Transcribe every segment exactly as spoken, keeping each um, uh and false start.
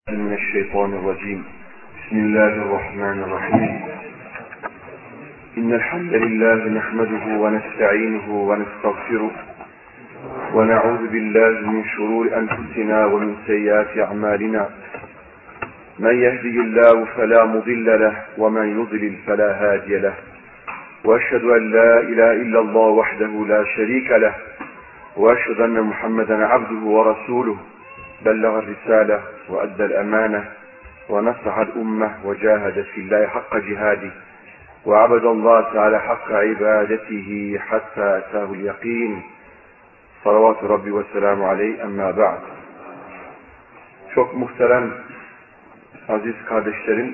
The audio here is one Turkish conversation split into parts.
من الشيطان الرجيم بسم الله الرحمن الرحيم إن الحمد لله نحمده ونستعينه ونستغفره ونعوذ بالله من شرور أنفسنا ومن سيئات أعمالنا من يهده الله فلا مضل له ومن يضلل فلا هادي له وأشهد أن لا إله إلا الله وحده لا شريك له وأشهد أن محمدا عبده ورسوله بلغ الرسالة وأدى الأمانة ونصح الأمة وجاهد في الله حق جهاده وعبد الله تعالى حق عبادته حتى أتاه اليقين صلوات ربي والسلام عليه أما بعد. Çok muhterem aziz kardeşlerim,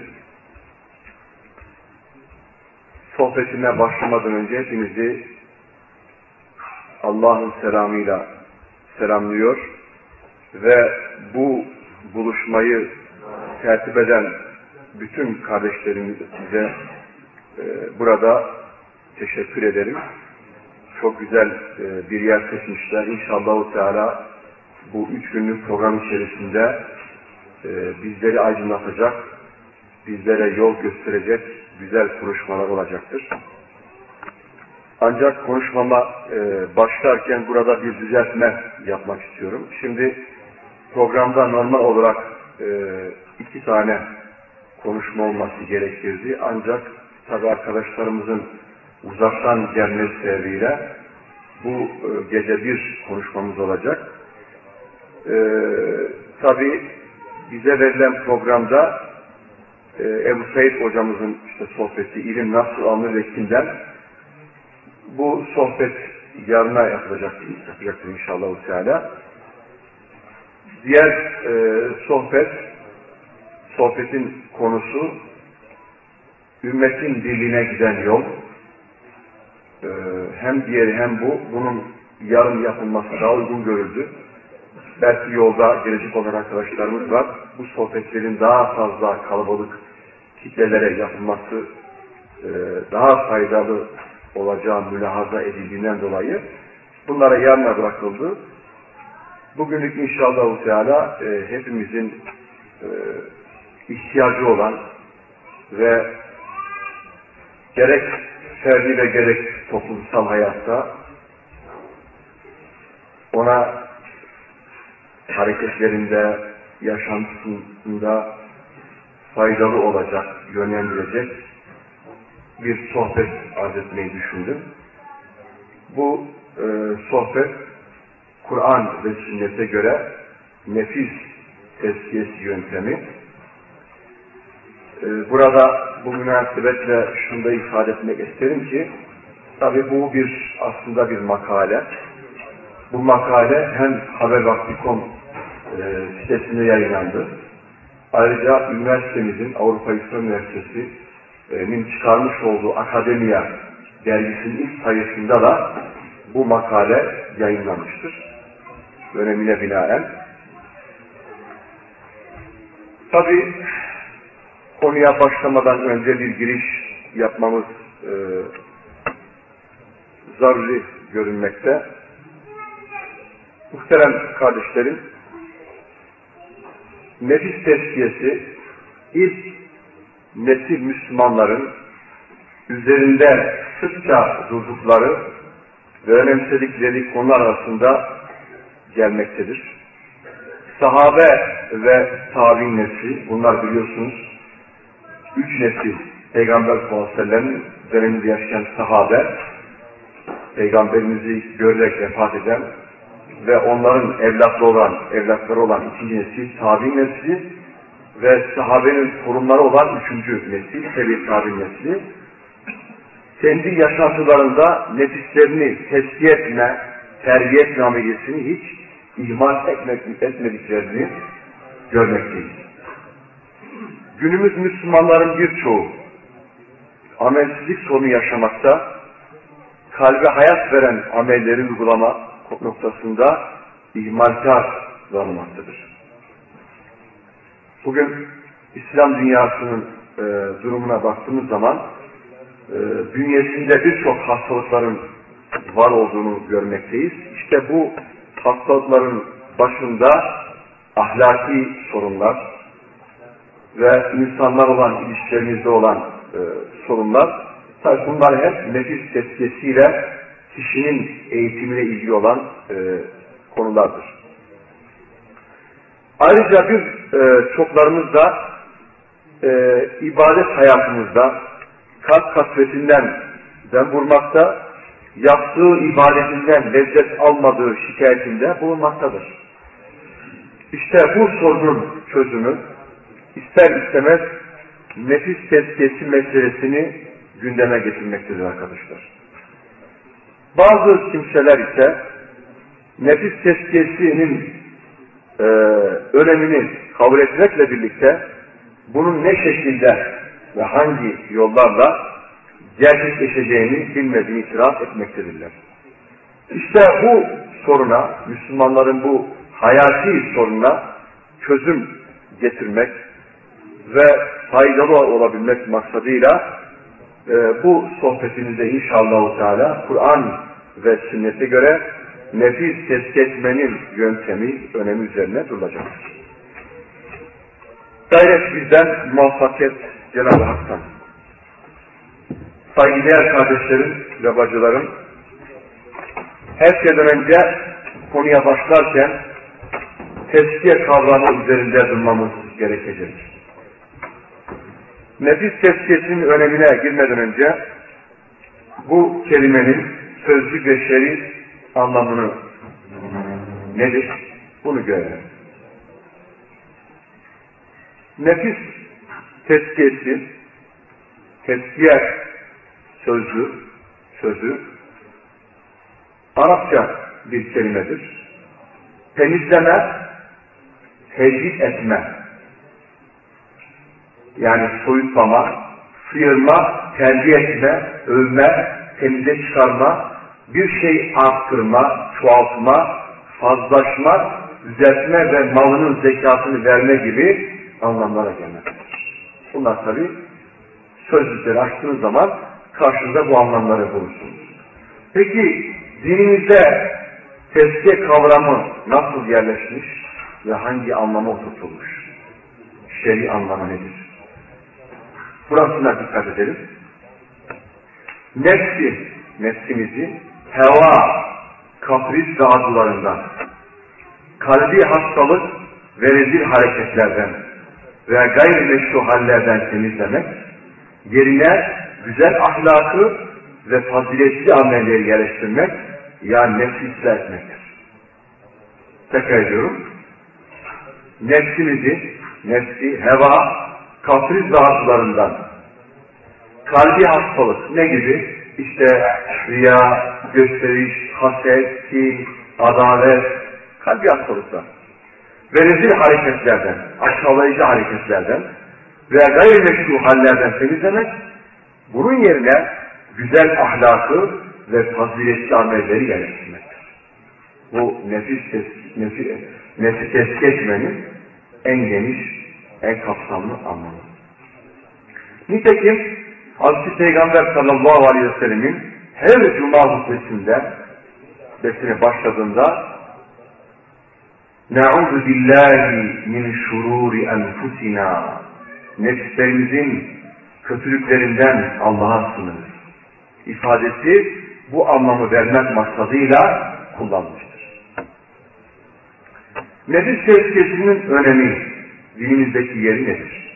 sohbetine başlamadan önce hepinizi Allah'ın selamıyla selamlıyor ve bu buluşmayı tertip eden bütün kardeşlerimize e, burada teşekkür ederim. Çok güzel e, bir yer seçmişler. İnşallah Teala bu üç günlük program içerisinde e, bizleri aydınlatacak, bizlere yol gösterecek güzel konuşmalar olacaktır. Ancak konuşmama e, başlarken burada bir düzeltme yapmak istiyorum. Şimdi programda normal olarak e, iki tane konuşma olması gerekirdi. Ancak tabi arkadaşlarımızın uzaktan gelmesi sebebiyle bu e, gece bir konuşmamız olacak. E, tabi bize verilen programda e, Ebu Said hocamızın işte sohbeti, ilim nasıl alınır ve kimden, bu sohbet yarına yapılacaktır, yapacaktır inşallah Teala. Diğer e, sohbet, sohbetin konusu ümmetin birliğine giden yol. E, hem diğeri hem bu, bunun yarın yapılması daha uygun görüldü. Belki yolda gelecek olan arkadaşlarımız var. Bu sohbetlerin daha fazla kalabalık kitlelere yapılması e, daha faydalı olacağı mülahaza edildiğinden dolayı bunlara yarına bırakıldı. Bugünlük inşallah Teala e, hepimizin e, ihtiyacı olan ve gerek ferdi ve gerek toplumsal hayatta ona hareketlerinde, yaşantısında faydalı olacak, yönlendirecek bir sohbet arz etmeyi düşündüm. Bu e, sohbet Kur'an ve sünnete göre nefis tezkiyesi yöntemi. E, burada bu münasebetle şunu da ifade etmek isterim ki tabi bu bir aslında bir makale. Bu makale hem habervakti nokta com e, sitesinde yayınlandı. Ayrıca üniversitemizin, Avrupa İslam Üniversitesi min çıkarmış olduğu Akademiya dergisinin ilk sayısında da bu makale yayınlanmıştır. Önemine binaen. Tabi konuya başlamadan önce bir giriş yapmamız e, zaruri görünmekte. Muhterem kardeşlerim, nefis tezkiyesi ilk nesil Müslümanların üzerinde sıkça durdukları ve önemsedikleri konular arasında gelmektedir. Sahabe ve tabi'in nesli, bunlar biliyorsunuz üç nesil Peygamber sallallahu aleyhi ve sellem'in döneminde yaşayan sahabe, Peygamberimizi görerek vefat eden ve onların evlatları olan, evlatları olan ikinci nesil tabi'in nesli ve sahabenin torunları olan üçüncü nesil, sebi tabi'in nesli, kendi yaşantılarında nefislerini tezkiye etme, terbiye etme ameliyesini hiç ihmal etmek, etmediklerini görmekteyiz. Günümüz Müslümanların birçoğu amelsizlik sorunu yaşamakta, kalbe hayat veren amelleri uygulama noktasında ihmalkar olmaktadır. Bugün İslam dünyasının e, durumuna baktığımız zaman e, bünyesinde birçok hastalıkların var olduğunu görmekteyiz. İşte bu hastalıkların başında ahlaki sorunlar, ve insanlar olan ilişkilerimizde olan e, sorunlar, tabi bunlar hep nefis tezkiyesiyle kişinin eğitimine ilgili olan e, konulardır. Ayrıca bir e, çoklarımız da e, ibadet hayatımızda kalp kasvetinden dem vurmakta, yaptığı ibadetinden lezzet almadığı şikayetinde bulunmaktadır. İşte bu sorunun çözümü ister istemez nefis tezkiyesi meselesini gündeme getirmektedir arkadaşlar. Bazı kimseler ise nefis tezkiyesinin e, önemini kabul etmekle birlikte bunun ne şekilde ve hangi yollarla gerçekleşeceğini bilmediğini itiraf etmektedirler. İşte bu soruna, Müslümanların bu hayati sorununa çözüm getirmek ve faydalı olabilmek maksadıyla e, bu sohbetimizde inşallah Teala Kur'an ve sünnete göre nefis tezkiye etmenin yöntemi, önemi üzerine durulacak. Gayret bizden, muvaffakiyet Cenab-ı Hak'tan. Saygıdeğer kardeşlerim ve bacılarım, her şeyden önce konuya başlarken tezkiye kavramı üzerinde durmamız gerekecek. Nefis tezkiyesinin önemine girmeden önce bu kelimenin sözlü ve şer'i anlamını nedir? Bunu görelim. Nefis tezkiyesi, tezkiye sözlü, sözü Arapça bir kelimedir. Temizleme, tecrid etme, yani soyutlama, sıyırma, terbiye etme, övme, temize çıkarma, bir şey arttırma, çoğaltma, fazlaşma, düzeltme ve malının zekatını verme gibi anlamlara gelmektedir. Bunlar tabi sözlükleri açtığınız zaman karşınıza bu anlamları bulursunuz. Peki dinimizde tezkiye kavramı nasıl yerleşmiş ve hangi anlama oturtulmuş? Şer'i anlamı nedir? Burasına dikkat edelim. Nefsi, nefsimizi heva, kapris ve arzularından, kalbi hastalık ve rezil hareketlerden ve gayrimeşru hallerden temizlemek, yerine güzel ahlakı ve faziletli amelleri yerleştirmek, yani nefsi ıslah etmektir. Tekrar ediyorum. Nefsimizi, nefsi, heva, kapris ve arzularından, kalbi hastalık ne gibi? İşte riya, gösteriş, haset, kin, adalet, kalbi hastalıklar. Ve rezil hareketlerden, aşağılayıcı hareketlerden ve gayrimeşru hallerden temizlemek, bunun yerine güzel ahlakı ve faziletli amelleri yerleştirmektir. Bu nefis, nefis, nefis tezkiye etmenin en geniş, en kapsamlı anlamı. Nitekim Hazreti Peygamber sallallahu aleyhi ve sellemin her cuma hutbesinde hutbesine başladığında "Ne'udhu billahi min şururi enfusina" nefislerimizin kötülüklerinden Allah'a sığınırız ifadesi bu anlamı vermek maksadıyla kullanmıştır. Nefis tezkiyesinin önemi, dinimizdeki yeri nedir?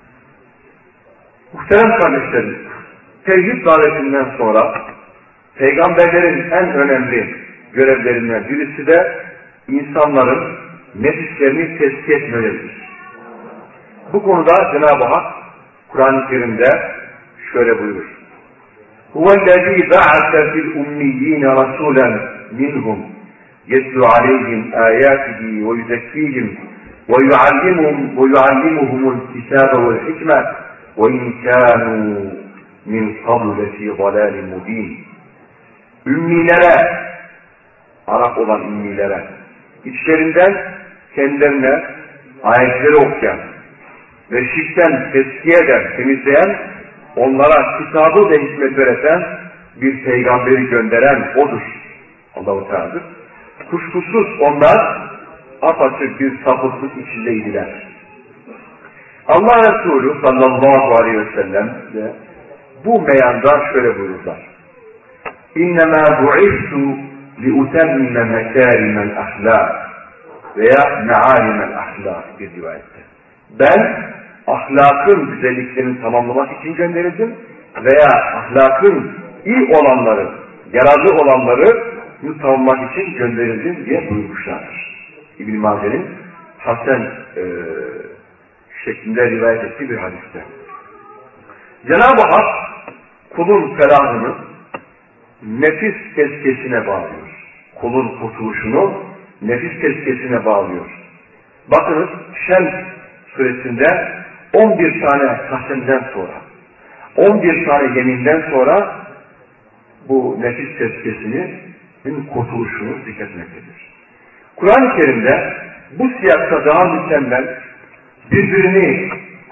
Muhterem kardeşlerim, tevhid davetinden sonra peygamberlerin en önemli görevlerinden birisi de insanların nefislerini tezkiye etmeleridir. Bu konuda Cenab-ı Hak Kur'an-ı Kerim'de şöyle buyurur. هُوَالَّذ۪ي بَعَثَ فِي الْاُمِّيِّينَ رَسُولًا مِنْهُمْ يَتْلُ عَلَيْهِمْ آيَاتِهِ وَيُزَكِّيهِمْ وَيُعَلِّمُهُمْ وَيُعَلِّمُهُمُ الْكِتَابَ وَالْحِكْمَةَ وَاِنْ كَانُوا مِنْ قَبْلِ فِي ضَلَالٍ مُب۪ينٍ Ümmilere, Arap olan ümmilere, içlerinden kendilerine ayetleri okuyan ve şirkten tezkiye eden, temizleyen, onlara kitabı ve hikmet öğreten bir peygamberi gönderen O'dur. Allah-u Teala'dır. Kuşkusuz onlar apaçık bir sapıklık içindeydiler. Allah Resulü sallallahu aleyhi ve sellem de bu meyanda şöyle buyururlar. İnnemâ bu'ittu liutemmime mekârimel ahlâk veya meâlimel ahlâk bir rivayette. Ben ahlakın güzelliklerini tamamlamak için gönderildim veya ahlakın iyi olanları, yararlı olanları tamamlamak için gönderildim diye buyurmuşlardır. İbn-i Mace'nin Hasan e, şeklinde rivayet ettiği bir hadiste. Cenab-ı Hak kulun ferahını nefis tezkiyesine bağlıyor. Kulun kurtuluşunu nefis tezkiyesine bağlıyor. Bakınız Şems suresinde on bir tane kasemden sonra, on bir tane yeminden sonra bu nefis tezkiyesinin kurtuluşunu zikretmektedir. Kur'an-ı Kerim'de bu siyakta daha mükemmel, birbirini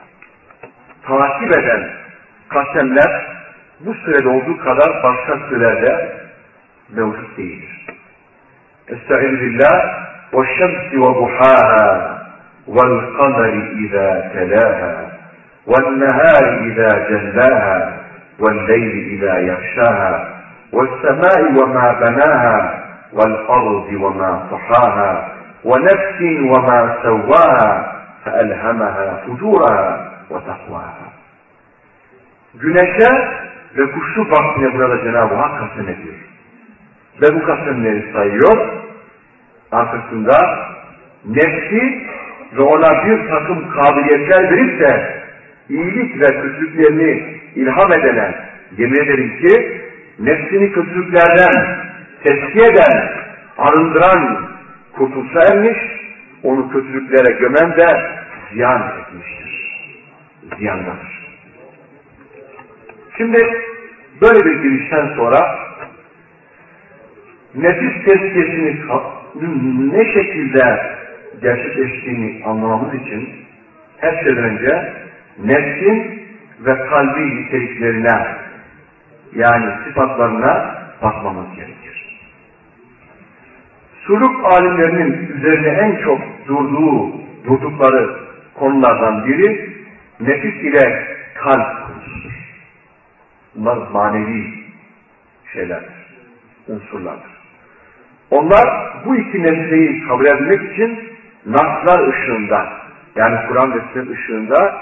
takip eden kasemler bu sürede olduğu kadar başka sürelerde mevcut değildir. Estaizu billah وَالشَّمْسِ وَضُحَاهَا وَالْقَمَرِ إِذَا تَلَاهَا وَالنَّهَارِ إِذَا جَلَّاهَا وَاللَّيْلِ إِذَا يَغْشَاهَا وَالسَّمَاءِ وَمَا بَنَاهَا وَالْأَرْضِ وَمَا طَحَاهَا وَنَفْسٍ وَمَا سَوَّاهَا فَأَلْهَمَهَا فُجُورَهَا وَتَقْوَاهَا. Güneşe ve kuşlu vaktine burada Cenab-ı Hak kasem ediyor. Ve bu kasemleri sayıyor. Arkasında nefsi ve ona bir takım kabiliyetler verip de iyilik ve kötülüklerini ilham edene yemin ederim ki nefsini kötülüklerden tezkiye eden, arındıran kurtuluşa ermiş, onu kötülüklere gömen de ziyan etmiştir. Ziyandadır. Şimdi böyle bir girişten sonra nefis tezkiyesini ne şekilde gerçekleştiğini anlamamız için her şeyden önce nefsin ve kalbi niteliklerine yani sıfatlarına bakmamız gerekir. Suluk alimlerinin üzerine en çok durduğu, durdukları konulardan biri nefis ile kalp konusudur. Bunlar manevi şeylerdir, unsurlardır. Onlar bu iki nesneyi kabul etmek için naslar ışığında, yani Kur'an ve sünnet ışığında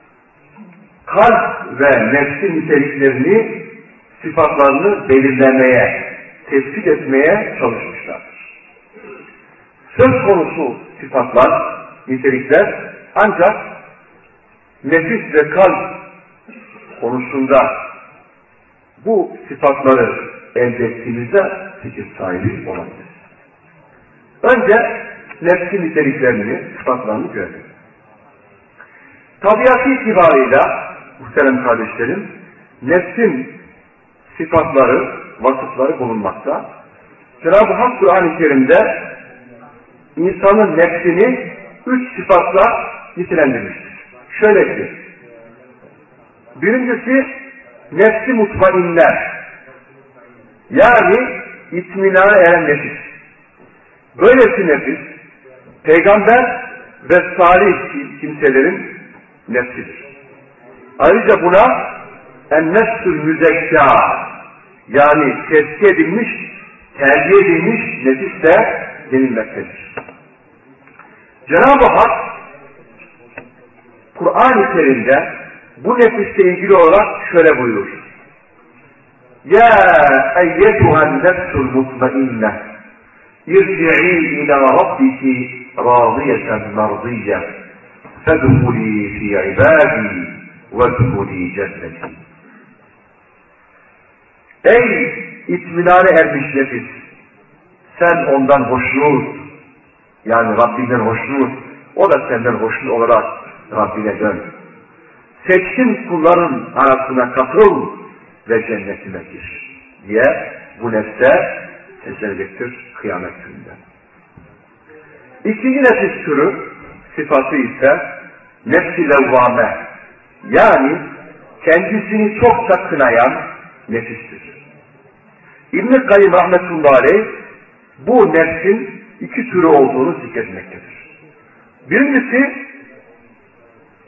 kalp ve nefsin niteliklerini, sıfatlarını belirlemeye, tespit etmeye çalışmışlardır. Söz konusu sıfatlar, nitelikler ancak nefis ve kalp konusunda bu sıfatları elde ettiğimizde fikir sahibi olabiliriz. Önce nefsin niteliklerini, sıfatlarını görelim. Tabiatı itibarıyla muhterem kardeşlerim, nefsin sıfatları, vasıfları bulunmakta. Cenab-ı Hak Kur'an-ı Kerim'de insanın nefsini üç sıfatla nitelendirmiştir. Şöyle ki, birincisi nefsi mutmainne, yani itminana eren nefis. Böylesi nefis, peygamber ve salih kimselerin nefsidir. Ayrıca buna en-nefsül müzekka, yani tezkiye edilmiş, terbiye edilmiş nefis de denilmektedir. Cenab-ı Hak Kur'an-ı Kerim'de bu nefisle ilgili olarak şöyle buyurur. Ya eyyetühen nefsul mutmainne irci'i ila rabbiki radiyeten mardiyye fedhuli fi ibadi vedhuli cenneti. Ey itminane ermiş nefis, sen ondan hoşnut, yani Rabbinden hoşnut, o da senden hoşnut olarak Rabbine dön. Seçkin kulların arasına katıl ve cennetine gir diye bu nefse seslenecektir kıyamet gününde. İkinci nefis türü, sıfatı ise nefs-i levvame, yani kendisini çok da kınayan nefistir. İbn-i Kayyim rahmetullahi aleyh bu nefsin iki türü olduğunu zikretmektedir. Birincisi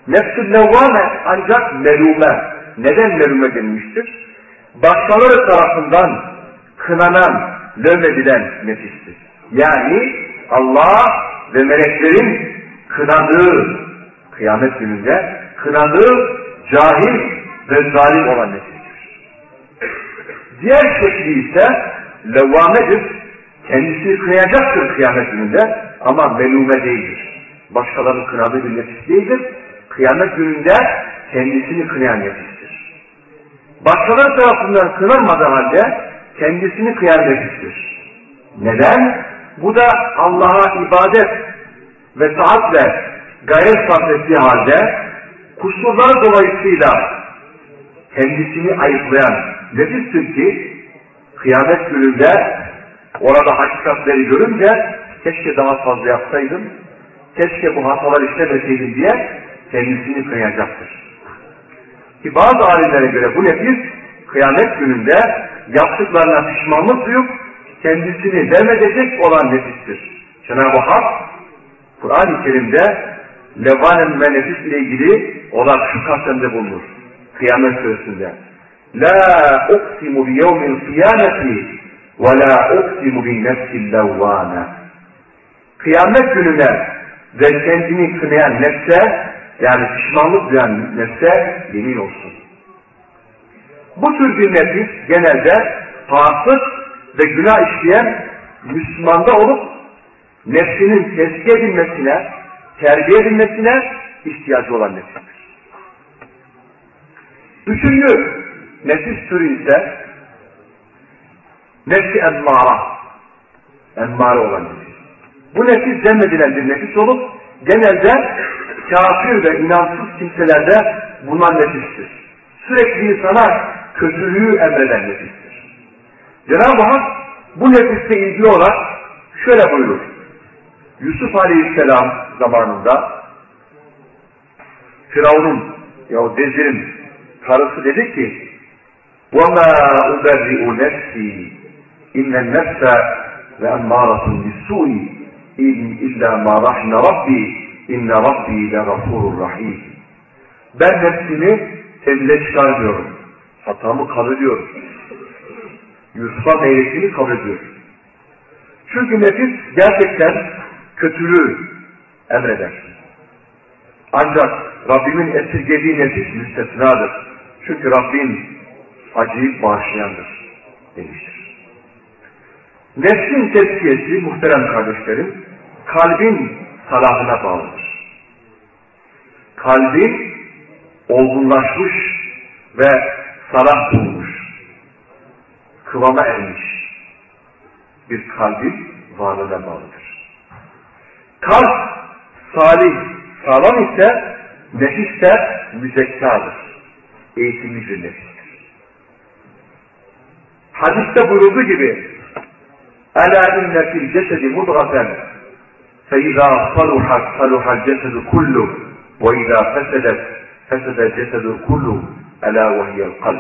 Nefs-i levvame ancak melume. Neden melume denilmiştir? Başkaları tarafından kınanan, lövmedilen nefistir. Yani Allah ve meleklerin kınadığı, kıyamet gününde kınadığı cahil ve zalim olan nefistir. Diğer şekli ise levvamedir. Kendisini kınayacaktır kıyamet gününde ama melume değildir. Başkalarının kınadığı bir nefis değildir. Kıyamet gününde kendisini kınayan nefistir. Başkaları tarafından kınanmadığı halde kendisini kıyan nefistir. Neden? Bu da Allah'a ibadet ve taatle gayret sarf ettiği halde kusurları dolayısıyla kendisini ayıplayan nefistir ki kıyamet gününde orada hakikatleri görünce keşke daha fazla yapsaydım, keşke bu hatalar işlemeseydim diye kendisini kınayacaktır. Ki bazı alimlere göre bu nefis kıyamet gününde yaptıklarına pişmanlık duyup kendisini devredecek olan nefistir. Cenab-ı Hak Kur'an-ı Kerim'de levvanen ve nefis ile ilgili olarak şu kasemde bulunur. Kıyamet Suresi'nde. La uksimu bi yevmil kıyameti ve la uksimu bi nefsil levvane. Kıyamet gününe ve kendini kınayan nefse, yani pişmanlık duyan nefse yemin olsun. Bu tür bir nefis genelde fasık ve günah işleyen Müslümanda olup nefsinin tezkiye edilmesine, terbiye edilmesine ihtiyacı olan nefistir. Üçüncü nefis türü ise nefsi emmara, emmare olan nefis. Bu nefis zemmedilen bir nefis olup genelde kafir ve inançsız kimselerde bulunan nefistir. Sürekli insana kötülüğü emreden nefistir. Cenab-ı Hak bu nefisle ilgili olarak şöyle buyurur. Yusuf Aleyhisselam zamanında Firavun'un ya vezirin karısı dedi ki وَمَا اُبَرِّئُ نَفْسِي اِنَّ النَّفْسَ وَاَمَّارَةٌ بِالسُّوءِ اِلَّا مَا رَحْمَ رَبِّي اِنَّ رَبِّي لَغَفُورٌ رَحِيمٌ. Ben nefsimi tezile çıkarmıyorum. Hatamı kabul ediyorum. Yusuf'a meyletini kabul ediyorum. Çünkü nefis gerçekten kötülüğü emreder. Ancak Rabbimin esirgediği nefis müstesnadır. Çünkü Rabbim acıyı bağışlayandır demiştir. Nefsin tezkiyesi muhterem kardeşlerim, kalbin salahına bağlıdır. Kalbin olgunlaşmış ve salah bulmuş, kıvama ermiş bir kalbin varlığına bağlıdır. Kalp salih, sağlam ise nefis de müzekkadır, eğitimli bir nefistir. Hadiste buyurduğu gibi أَلَا اِنَّ فِي الْجَسَدِ مُضْغَةً فَاِذَا صَلُحَتْ صَلُحَ الْجَسَدُ كُلُّهُ وَاِذَا فَسَدَتْ فَسَدَ الْجَسَدُ كُلُّهُ أَلَا وَهِيَ الْقَلْبِ.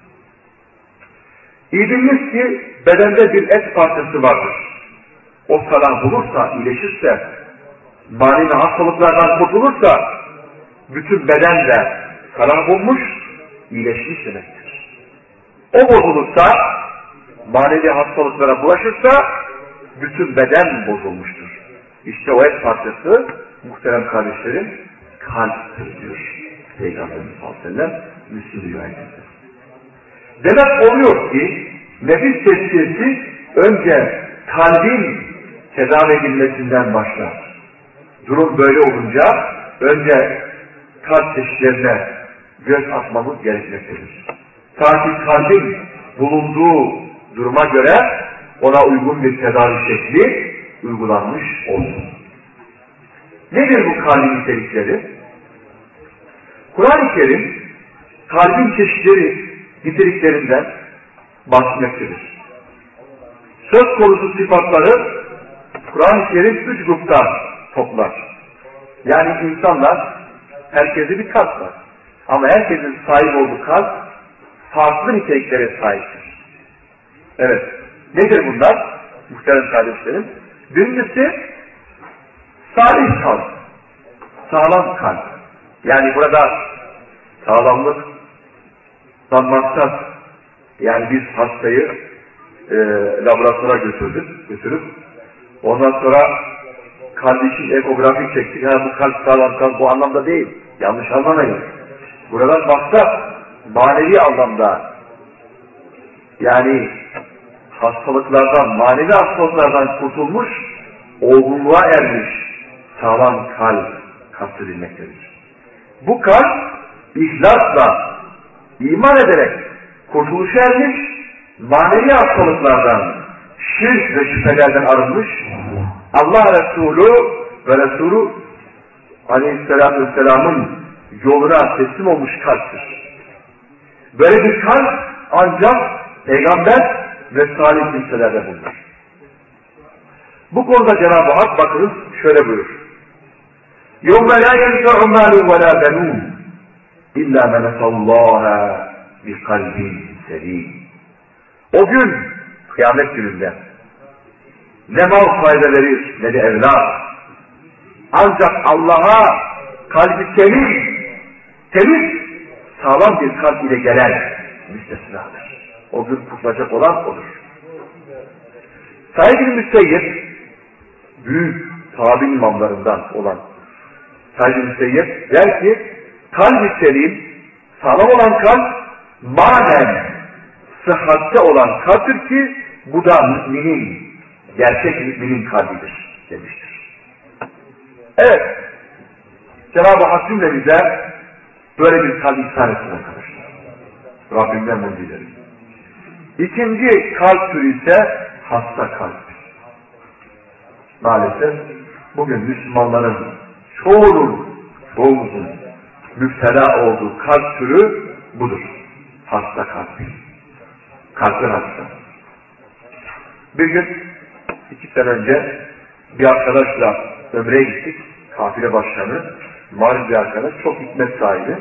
İyi biliniz ki bedende bir et parçası vardır. O salah bulursa, iyileşirse, manevi hastalıklardan kurtulursa, bütün beden de salah bulmuş, iyileşmiş demektir. O bozulursa, manevi hastalıklara bulaşırsa, bütün beden bozulmuştur. İşte o et parçası, muhterem kardeşlerim, kalptir diyor Peygamberimiz sallallahu aleyhi ve sellem, Müslim rivayetinde. Demek oluyor ki, nefis tezkiyesi önce kalbin tedavi edilmesinden başlar. Durum böyle olunca önce kalp teşhislerine göz atmamız gerekmektedir. Ta ki kalbin bulunduğu duruma göre ona uygun bir tedavi şekli uygulanmış olsun. Nedir bu kalbin nitelikleri? Kur'an-ı Kerim kalbin çeşitleri niteliklerinden bahsetmektedir. Söz konusu sıfatları Kur'an-ı Kerim üç grupta toplar. Yani insanlar, herkese bir kalp var. Ama herkesin sahip olduğu kalp farklı niteliklere sahiptir. Evet. Nedir bunlar? Muhterem kardeşlerim. Birincisi salih kalp. Sağlam kalp. Yani burada sağlamlık maksat, yani biz hastayı e, laboratuvara götürdük, götürüp ondan sonra kardeşin ekografi çektik. Ha bu kalp sağlam kalp, bu anlamda değil. Yanlış anlamayın. Buradan maksat manevi anlamda, yani hastalıklardan, manevi hastalıklardan kurtulmuş, olgunluğa ermiş sağlam kalp kastedilmektedir. Bu kalp ihlasla, iman ederek kurtuluşa ermiş, manevi hastalıklardan, şirk ve şüphelerden arınmış, Allah Resulü ve Resulü Aleyhisselatü Vesselam'ın yoluna teslim olmuş kalptir. Böyle bir kalp ancak Peygamber ve salih kimselerde bulunur. Bu konuda Cenab-ı Hak bakınız şöyle buyurur. يَوْمَ لَا يَنْفَعُ مَالٌ وَلَا بَنُونَ اِلَّا مَنْ أَتَى اللّٰهَ بِقَلْبٍ سَلِيمٍ. O gün, kıyamet gününde, ne mal fayda verir ne de evlat. Ancak Allah'a kalbi temiz, temiz, sağlam bir kalp ile gelen müstesnadır. O gün kurtulacak olan odur. Said bin Müseyyep, büyük tabi imamlarından olan Said bin Müseyyep der ki, kalbi selim, sağlam olan kalp, manen sıhhatte olan kalptir ki, bu da müminin, gerçek müminin kalbidir demiştir. Evet, Cenab-ı Hak cümlemize böyle bir kalp ihsan etsin arkadaşlar. Rabbimden bunu dilerim. İkinci kalp türü ise hasta kalp. Maalesef bugün Müslümanların çoğunun, çoğumuzun müptela olduğu kalp türü budur. Hasta kalp. Kalpler hasta. Bir gün, iki sene önce bir arkadaşla ömreye gittik. Kafile başkanı, malum bir arkadaş, çok hikmet sahibi.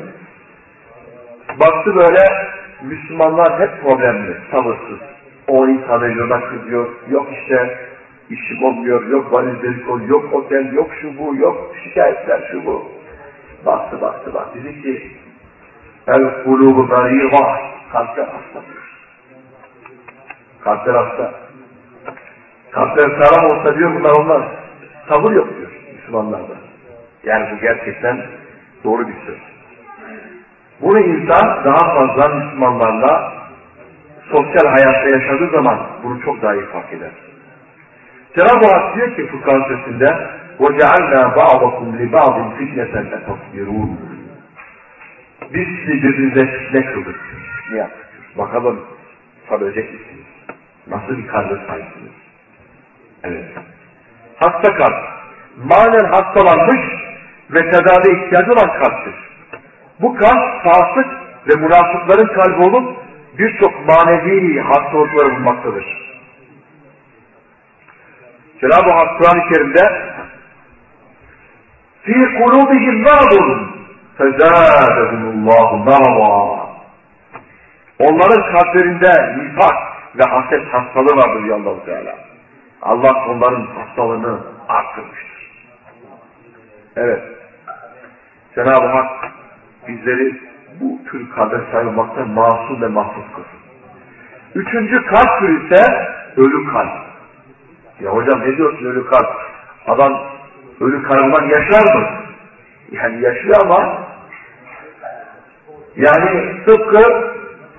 Baktı böyle, Müslümanlar hep problemli, sabırsız. O insan yoluna kızıyor, yok işte işim olmuyor, yok valizleri koy, yok otel, yok şu bu, yok şikayetler şu bu. Baktı baktı baktı. Dedi ki, el kulubu darîvâh, kalpler hasta diyor. Kalpler hasta. Kalpler sağlam olsa diyor, bunlar olmaz. Sabır yok diyor Müslümanlarda. Yani bu gerçekten doğru bir söz. Bunu insan daha fazla Müslümanlarla sosyal hayatta yaşadığı zaman bunu çok daha iyi fark eder. Cenab-ı Hak diyor ki Furkan Suresi'nde وَجَعَلْنَا بَعْضَكُمْ لِبَعْضٍ فِتْنَةً اَتَصْبِرُونَ. Biz sizi birbirinize fitne kıldık. Ne yaptık? Bakalım sabredecek misiniz? Nasıl bir kalbe sahipsiniz? Evet. Hasta kalp. Manen hastalanmış ve tedavi ihtiyacı olan kalptir. Bu kalp fasık ve münafıkların kalbi olup birçok manevi hastalıkları bulmaktadır. Cenab-ı Hak Kur'an-ı Kerim'de فِي قُلُوبِهِمْ مَرَضٌ فَزَادَهُمُ اللّٰهُ مَرَضًا. Onların kalplerinde nifak ve haset hastalığı vardır diyor Allah-u Teala. Allah onların hastalığını arttırmıştır. Evet. Cenab-ı Hak bizleri bu tür kalbe sahip olmaktan masum ve mahfuz kılsın. Üçüncü kalp türü ise ölü kalp. Ya hocam ne diyorsun ölü kalp? Adam ölü kalpten yaşar mı? Yani yaşıyor ama yani tıpkı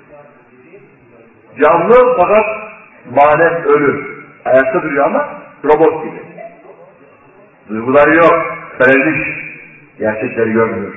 canlı fakat manen ölü. Ayakta duruyor ama robot gibi. Duyguları yok. Pereliş. Gerçekleri görmüyor.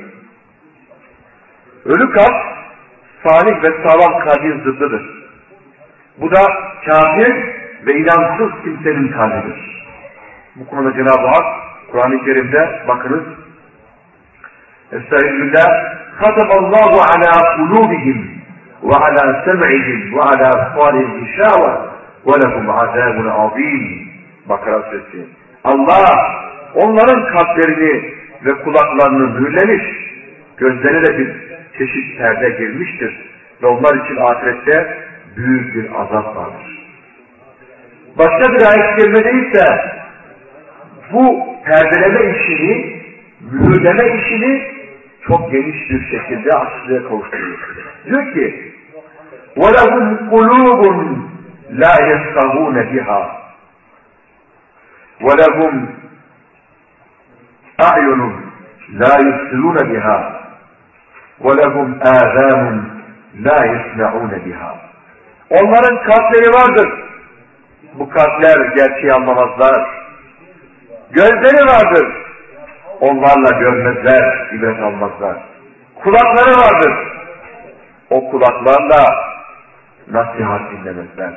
Ölü kalp salih ve sağlam kalbin zıddıdır. Bu da kafir ve inansız kimsenin kalbidir. Bu konuda Cenab-ı Hak Kur'an-ı Kerim'de bakınız Estağfirullah Katamallahu ala kulubihim ve ala sem'ihim ve ala afsalihim gişâve ve lehum azâbun azîm. Bakara Suresi. Allah onların kalplerini ve kulaklarını mühürlemiş, gözlerine de bir çeşit perde girmiştir ve onlar için ahirette büyük bir azap vardır. Başka bir ayet-i kerimede ise bu perdeleme işini, mühürleme işini çok geniş bir şekilde açlığa kavuşturuyor. Diyor ki وَلَهُمْ قُلُوبٌ لَا يَفْقَهُونَ بِهَا وَلَهُمْ أَعْيُنٌ لَا يُبْصِرُونَ بِهَا وَلَهُمْ آذَانٌ لَا يَسْمَعُونَ بِهَا. Onların kalpleri vardır. Bu kalpler gerçeği anlamazlar. Gözleri vardır. Onlarla görmezler, ibret almazlar. Kulakları vardır. O kulaklarla nasihat dinlemezler.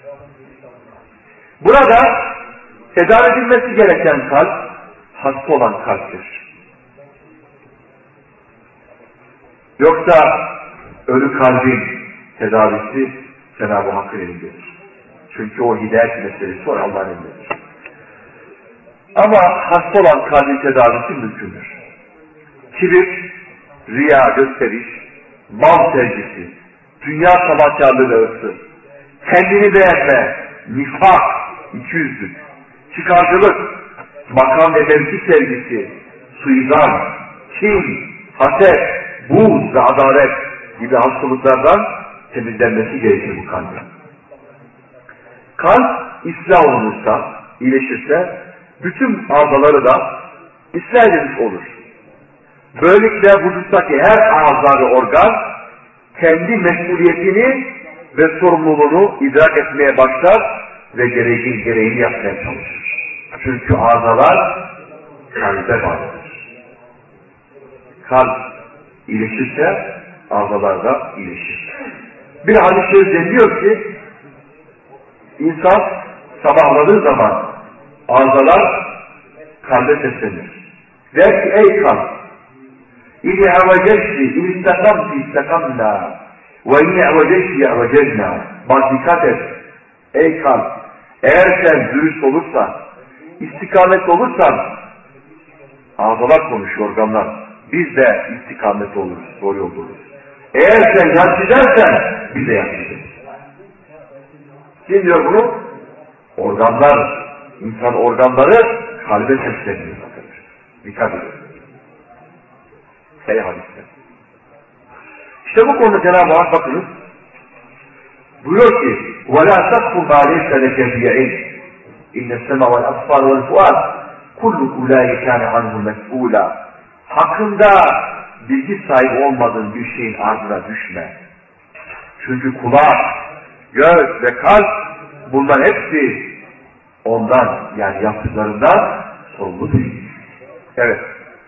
Burada tedavi edilmesi gereken kalp, hasta olan kalptir. Yoksa ölü kalbin tedavisi Cenab-ı Hakk'ın elindedir. Çünkü o hidayet meselesi var, Allah'ın elindedir. Ama hasta olan kalbin tedavisi mümkündür. Kibir, riya, gösteriş, mal sevgisi, dünya sabahkarlığı ve hırsı, kendini beğenme, nifak, ikiyüzlük, çıkarcılık, makam ve mevki sevgisi, suizan, kin, haset, buğz ve adalet gibi hastalıklardan temizlenmesi gerekir bu kalbin. Kalp ıslah olunursa, iyileşirse, bütün azaları da ıslah edilmiş olur. Böylelikle vücuttaki her ağza ve organ kendi mesuliyetini ve sorumluluğunu idrak etmeye başlar ve gereğini, gereğini yapmaya çalışır. Çünkü ağzalar kalbe bağlıdır. Kalp iyileşirse ağzalar da iyileşir. Bir hadis-i şerif deniliyor ki insan sabahladığı zaman ağzalar kalbe seslenir. Der ki ey kalp İni evaceşti, in istakamti istakamna ve inni evaceşti evacecna. Bak dikkat et. Ey kalp, eğer sen dürüst olursan, istikamet olursan, ağzalar konuşuyor, organlar. Biz de istikamet oluruz, doğru yolda oluruz. Eğer sen yanlış edersen, biz de yanlış ederiz. Kim diyor bunu? Organlar, insan organları kalbe sesleniyor. Dikkat edin. Sayı hadisler. İşte bu konuda Cenab-ı Hak bakınız buyuruyor ki وَلَا تَقْفُ مَا لَيْسَ لَكَ فِي عِلْمٍ اِنَّ السَّمَعَ وَالْأَبْصَارَ وَالْفُؤَادَ كُلُّ أُولَٰئِكَ كَانَ عَنْهُ مَسْئُولًا. Hakkında bilgi sahibi olmadığın bir şeyin ardına düşme. Çünkü kulak, göz ve kalp bunlar hepsi ondan, yani yaptıklarından sorumlu değil. Evet.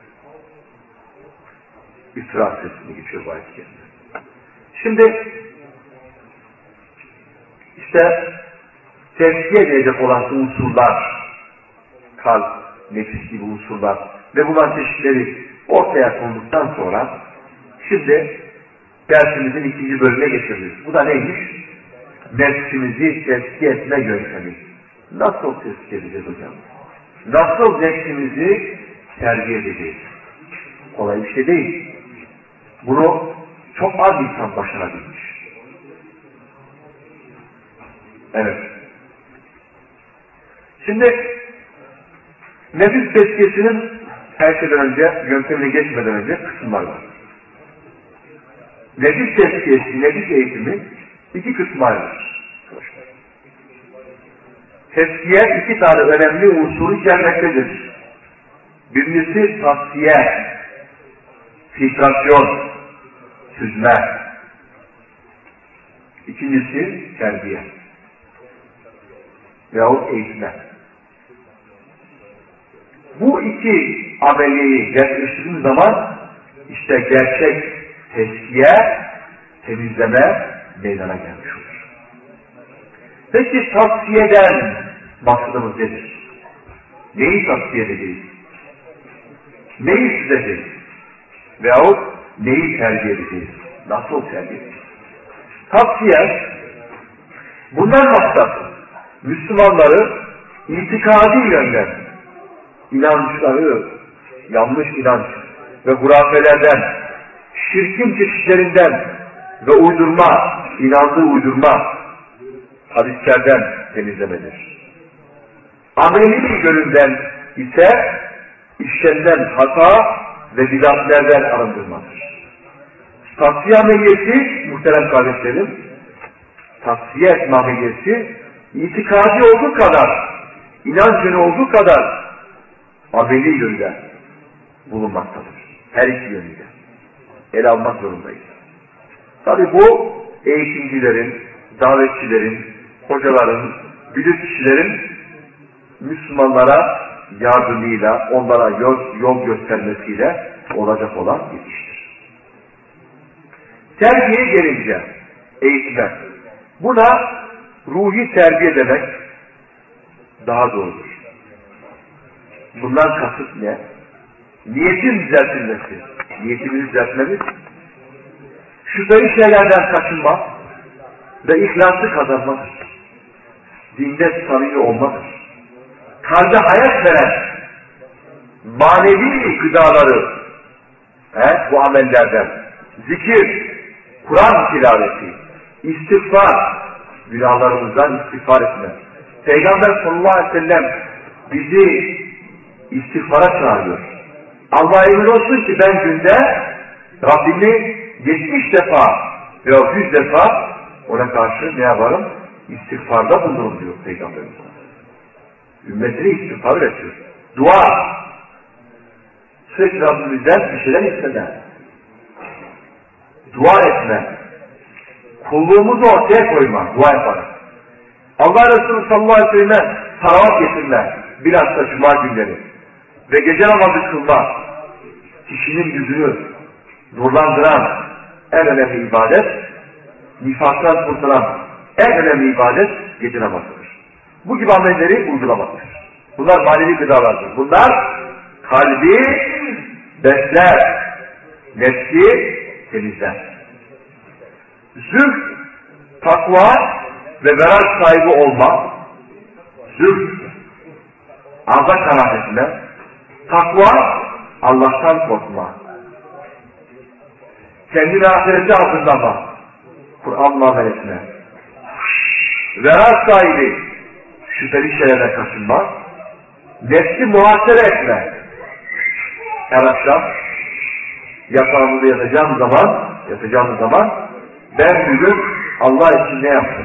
İsra sesini geçiyor bu ayet-i kerime. Şimdi işte tezkiye edecek olan unsurlar, kalp, nefis gibi unsurlar ve bunların çeşitleri ortaya konulduktan sonra şimdi dersimizin ikinci bölümüne geçiyoruz. Bu da neymiş? Nefsimizi tezkiye etme yöntemi. Nasıl tezkiye edeceğiz hocam? Nasıl nefsimizi terbiye edeceğiz? Kolay bir şey değil. Bunu çok az insan başarabilmiş. Evet. Şimdi nefis tezkiyesinin her şeyden önce, yöntemine geçmeden önce kısımlar var. Nefis tezkiyesi, nefis eğitimi iki kısma ayrılır. Tezkiye iki tane önemli unsuru içermektedir. Birincisi tavsiye, filtrasyon, süzme. İkincisi terbiye veyahut eğitme. Bu iki ameliyi gerçekleştirdiğimiz zaman işte gerçek tezkiye, temizleme meydana gelmiş olur. Peki tavsiyeden maksadımız nedir? Neyi tavsiye edeceğiz? Neyi süzeceğiz? Veyahut neyi terbiye edeceğiz? Nasıl terbiye edeceğiz? Tavsiye, bundan maksat Müslümanları itikadi yönden inançları, yanlış inanç ve hurafelerden, şirkin çeşitlerinden ve uydurma, inandığı uydurma hadislerden temizlemedir. Ameli yönünden ise işlenen hata ve bidatlerden arındırmadır. Tavsiye ameliyesi, muhterem kardeşlerim, tavsiye etme ameliyesi, itikadi olduğu kadar, inancını olduğu kadar ameli yönde bulunmaktadır. Her iki yönüyle. Ele almak zorundayız. Tabi bu eğitimcilerin, davetçilerin, hocaların, bilir kişilerin Müslümanlara yardımıyla, onlara yol, yol göstermesiyle olacak olan bir iştir. Terbiye gelince, eğitime, buna ruhi terbiye demek daha doğrudur. Bundan kasıt ne? Niyetin düzeltilmesi, niyetimizi düzeltmemiz, şüpheli şeylerden kaçınmak ve ihlaslı kazanmadır. Dinde samimi olmadır. Kalbe hayat veren manevi gıdaları, he, bu amellerden, zikir, Kur'an tilaveti, istiğfar, günahlarımızdan istiğfar etme. Peygamber sallallahu aleyhi ve sellem bizi istiğfara çağırıyor. Allah'a emin olsun ki ben günde Rabbimi yetmiş defa veya yüz defa ona karşı ne yaparım? İstiğfarda bulunurum diyor Peygamberimiz. Ümmetine istiğfar üretiyor. Dua. Sürekli Rabbimizden bir şeyler isteme. Dua etme. Kulluğumuzu ortaya koyma. Dua yaparak. Allah Resulü sallallahu aleyhi ve sellem salavat getirme. Bilhassa cuma günleri. Ve gece namazı kılma. Kişinin yüzünü nurlandıran en önemli ibadet, nifaktan kurtulan en önemli ibadet gece namazıdır. Bu gibi amelleri uygulamaktır. Bunlar manevi gıdalardır. Bunlar kalbi besler, nefsi temizler. Zühd, takva ve verar sahibi olma, zühd, arza kanaat etme, takva, Allah'tan korkma, kendini ahirete hazırlama, Kur'an'la amel etme, verar sahibi, şüpheli şeylerden kaçınma, nefsi muhasebe etme. Her akşam yatağımızda yatacağım zaman, yatacağım zaman ben bugün Allah için ne yaptım?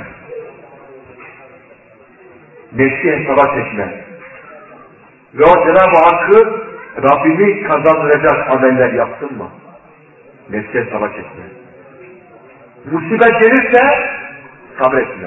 Nefsi hesaba çekme. Ve o Cenab-ı Hakk'ı Rabbimi kazandıracak ameller yaptın mı? Nefsi hesaba çekme. Musibet gelirse sabretme.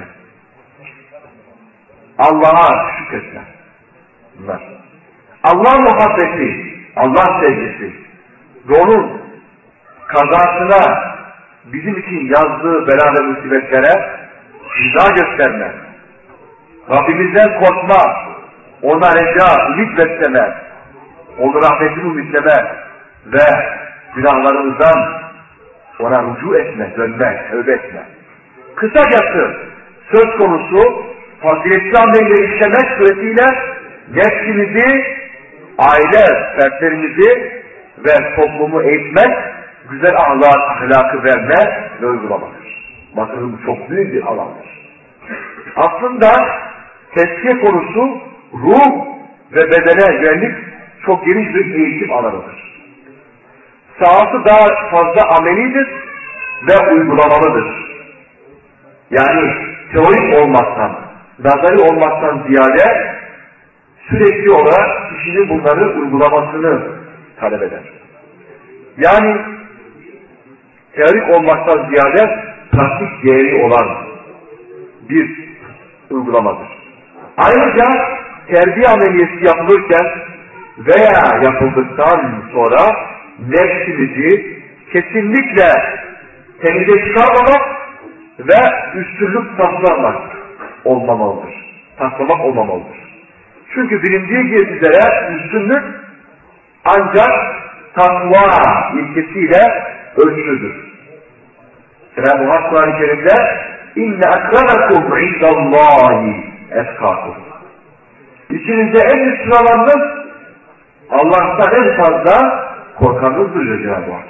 Allah'a şükretme. Bunlar. Allah muhabbeti, Allah sevgisi ve onun kazasına bizim için yazdığı bela ve musibetlere rıza gösterme. Rabbimizden korkma, ona reca, ümit besleme, onun rahmetini ümitleme ve günahlarımızdan ona rücu etme, dönme, tövbe etme. Kısacası söz konusu faziletli amelleri işlemek suretiyle nefsimizi, aile fertlerimizi ve toplumu eğitmek, güzel ahlak, ahlakı verme ve uygulamadır. Bakın bu çok büyük bir alandır. Aslında tezkiye konusu ruh ve bedene yönelik çok geniş bir eğitim alanıdır. Sahası daha fazla amelidir ve uygulamalıdır. Yani teorik olmaktan, nazari olmaktan ziyade sürekli olarak kişinin bunları uygulamasını talep eder. Yani teorik olmaktan ziyade pratik değeri olan bir uygulamadır. Ayrıca terbiye ameliyesi yapılırken veya yapıldıktan sonra nefsimizi kesinlikle temize çıkarmamak ve üstünlük taslamak olmamalıdır. Taslamak olmamalıdır. Çünkü bilindiği üzere üstünlük ancak takva ilkesiyle ölçülüdür. Cenab-ı Hak Kur'an-ı Kerim'de inne akramakum indallahi etkâkum. İçinizde en üstün olanınız Allah'tan en fazla korkanınızdır diyor Cenab-ı Hak.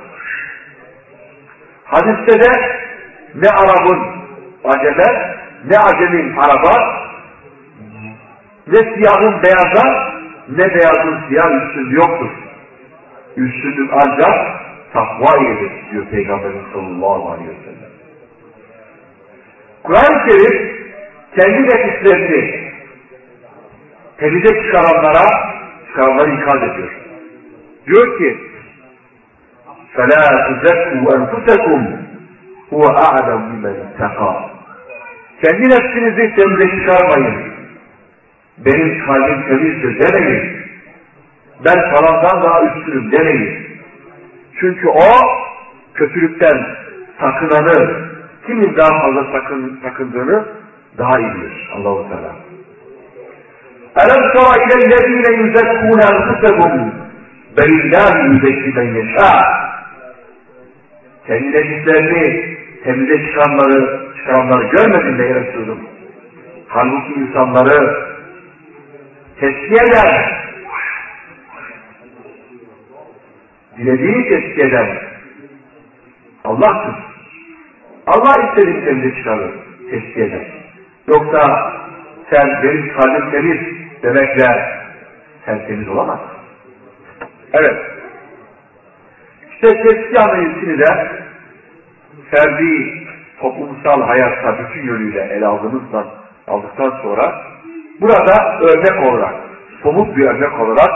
Hadiste de ne Arap'ın aceme, ne acemin Arap'a, ne siyahın beyaza, ne beyazın siyah üstünlüğü yoktur. Üstünlük ancak takva iledir diyor Peygamberimiz sallallahu aleyhi ve sellem. Kur'an-ı Kerim kendi nefislerini temize çıkaranlara, çıkaranları ikaz ediyor. Diyor ki فَلَا تُزَكُّوا أَنْفُسَكُمْ هُوَ أَعْلَمُ بِمَنِ اتَّقَى. Kendi nefsinizi temize çıkarmayın. Benim kalbim temizdir demeyin. Ben falandan daha üstünüm demeyin. Çünkü o kötülükten sakınanı, kimin daha fazla sakın, sakındığını daha iyi bilir Allah-u Teala. أَلَمْ تَرَ إِلَى الَّذ۪ينَ يُزَكُّونَ أَنْفُسَهُمْ بَلِ اللّٰهِ يُزَكِّ مَنْ يَشَاءُ. Kendi nefislerini temize çıkanları, çıkaranları görmedin mi Resulüm? Halbuki insanları tezkiye eder. Dilediğini tezkiye eder. Allah'tır. Allah istediğini temize çıkarır, tezkiye eder. Yoksa sen benim kalbim temiz demekle sen temiz olamazsın. Evet. İşte tezkiye anlayışını da ferdi, toplumsal hayatta bütün yönüyle ele aldığımızdan, aldıktan sonra burada örnek olarak, somut bir örnek olarak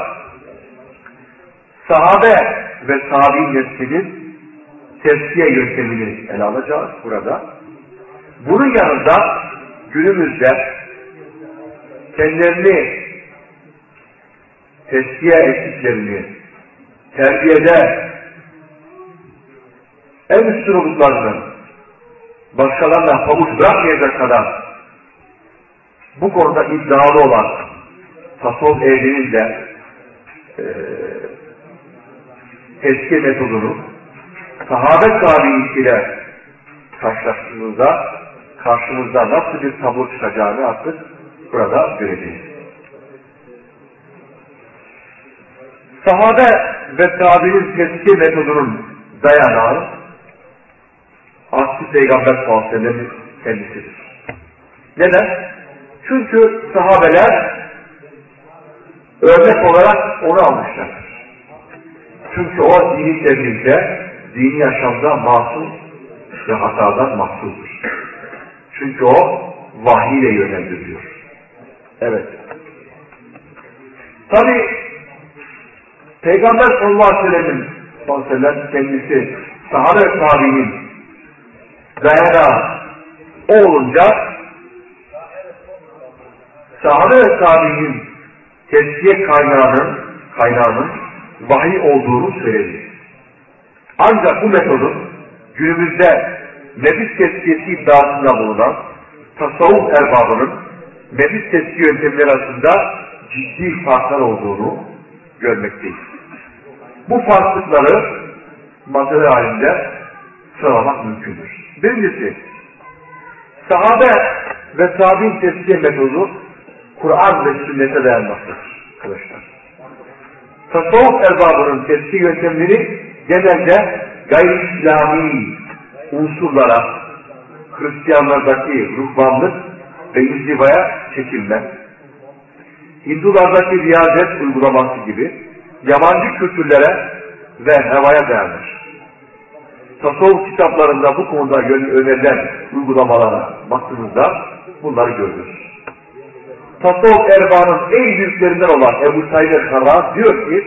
sahabe ve tabi'in neslinin tezkiye yöntemini ele alacağız burada. Bunun yanında günümüzde kendilerini tezkiye ettiklerini, terbiyede en üstün olduklarını başkalarına pabuç bırakmayacak kadar bu konuda iddialı olan tasavvuf ehlinin de e, tezkiye metodunu sahabe tabi'inkiyle karşılaştığımızda karşımızda nasıl bir tablo çıkacağını artık burada göreceğiz. Sahabe ve tabi'in tezkiye metodunun dayanağı Aslı Peygamber sallallahu aleyhi ve sellem'in kendisidir. Neden? Çünkü sahabeler örnek olarak onu almışlardır. Çünkü o dini tebliğde, dini yaşamda masum ve hatadan mahfuzdur. Çünkü o vahiy ile yönlendiriyor. Evet. Tabi Peygamber sallallahu aleyhi ve sellem'in sallallahu aleyhi ve sellem kendisi sahabe ve tabi'nin dayanağı o olunca sahabe ve tabi'nin tezkiye kaynağının kaynağının vahiy olduğunu söyledi. Ancak bu metodun günümüzde nefis tezkiyesi iddiasında bulunan tasavvuf erbabının nefis tezkiye yöntemleri arasında ciddi farklar olduğunu görmekteyiz. Bu farklılıkları madde halinde sıralamak mümkündür. Birincisi, sahabe ve tabi'in tezkiye metodu Kur'an ve sünnete dayanmaktadır arkadaşlar. Tasavvuf erbabının tezkiye yöntemleri genelde gayri İslami unsurlara, Hristiyanlardaki ruhbanlık ve inzivaya çekilme, Hindulardaki riyazet uygulaması gibi yabancı kültürlere ve hevaya dayanır. Tasavvuf kitaplarında bu konuda önerilen uygulamalara baktığımızda bunları görürüz. Tasavvuf erbabının en büyüklerinden olan Ebu Said el-Harraz diyor ki,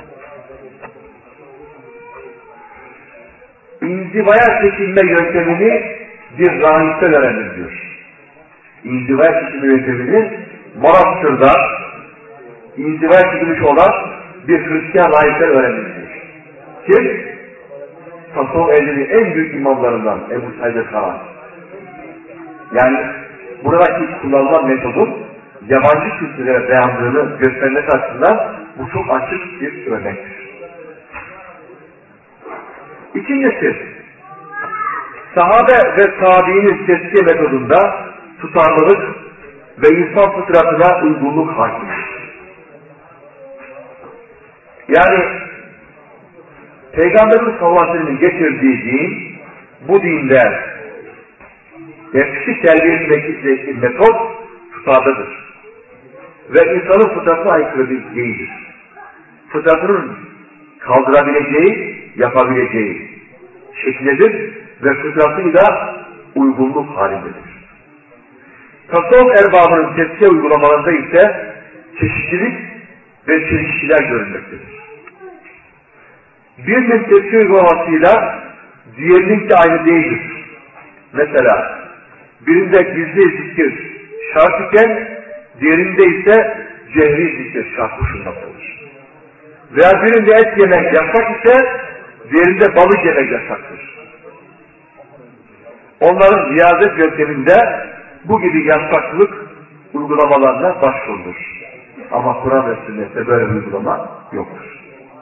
İnzivaya çekilme yöntemini bir rahipten öğrendim diyor. İnzivaya çekilme yöntemini Manastır'da inzivaya çekilmiş olan bir Hristiyan rahipten öğrendim diyor. Kim? Tasavvuf ehlinin en büyük imamlarından Ebu Said el-Harraz. Yani buradaki kullanılan metodun yabancı kültürlere dayandığını göstermek açısından bu çok açık bir örnektir. İkincisi, sahabe ve tabiinin tezkiye metodunda tutarlılık ve insan fıtratına uygunluk hakimdir. Yani Peygamberimiz sallallahu aleyhi ve sellem'in getirdiği din, bu dinde nefsi terbiye etmekte metot tutarlıdır. Ve insanın fıtratına aykırı değildir. Fıtratının kaldırabileceği, yapabileceği şeklidir ve fıtratıyla uygunluk halindedir. Tasavvuf erbabının tezkiye uygulamalarında ise çeşitlilik ve çelişkiler görülmektedir. Birinin tezkiye uygulamasıyla diğerininki aynı değildir. Mesela birinde gizli zikir şart iken diğerinde ise cehri zikir şart koşulmaktadır. Veya birinde et yemek yasak ise diğerinde balık yemek yasaktır. Onların riyazet yönteminde bu gibi yasaklık uygulamalarına başvurulur. Ama Kur'an ve sünnette böyle bir uygulama yoktur.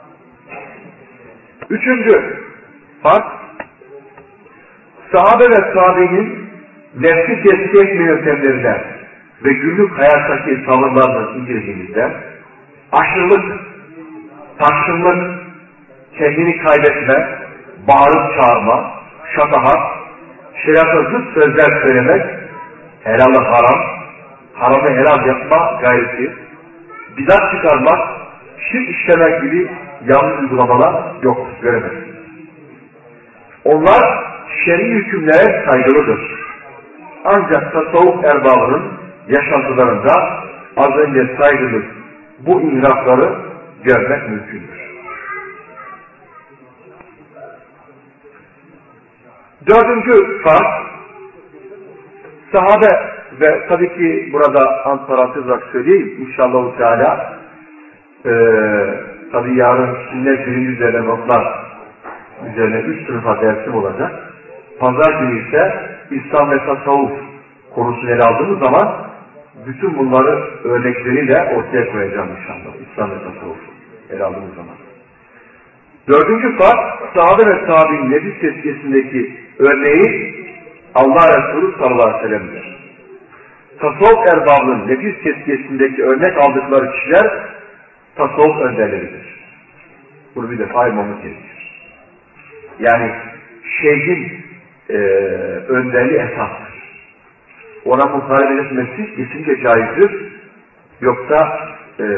Üçüncü fark, sahabe ve tabiinin nefsi tezkiye etme yöntemlerinden ve günlük hayattaki tavırlarını incelediğimizde aşırılık, taşkınlık, kendini kaybetme, bağırıp çağırma, şatahat, şeriata zıt sözler söylemek, helalı haram, haramı helal yapma gayreti, bidat çıkarmak, şirk işlemek gibi yanlış uygulamalar yok, göremezsiniz. Onlar şer'i hükümlere saygılıdır. Ancak tasavvuf erbabının yaşantılarında az önce saydığımız bu inhirafları görmek mümkündür. Dördüncü fark, sahabe ve tabii ki burada antiparantez olarak söyleyeyim, inşallah Teala e, tabii yarın sünnet birinci üzerine notlar üzerine üç sınıfa dersim olacak. Pazar günü ise İslam ve tasavvuf konusunu ele aldığımız zaman bütün bunları örnekleriyle ortaya koyacağım inşallah. İslam ve tasavvuf ele aldığımız zaman. Dördüncü fark, sahabe ve tabi'in nefis tezkiyesindeki örneği Allah Resulü sallallahu aleyhi ve sellem'dir. Tasavvuf erbabının nefis tezkiyesindeki örnek aldıkları kişiler tasavvuf önderleridir. Bunu bir defa aymamız gerekir. Yani şeyhin e, önderliği esastır. Ona muhalefet etmesi kesinlikle caizdir. Yoksa e,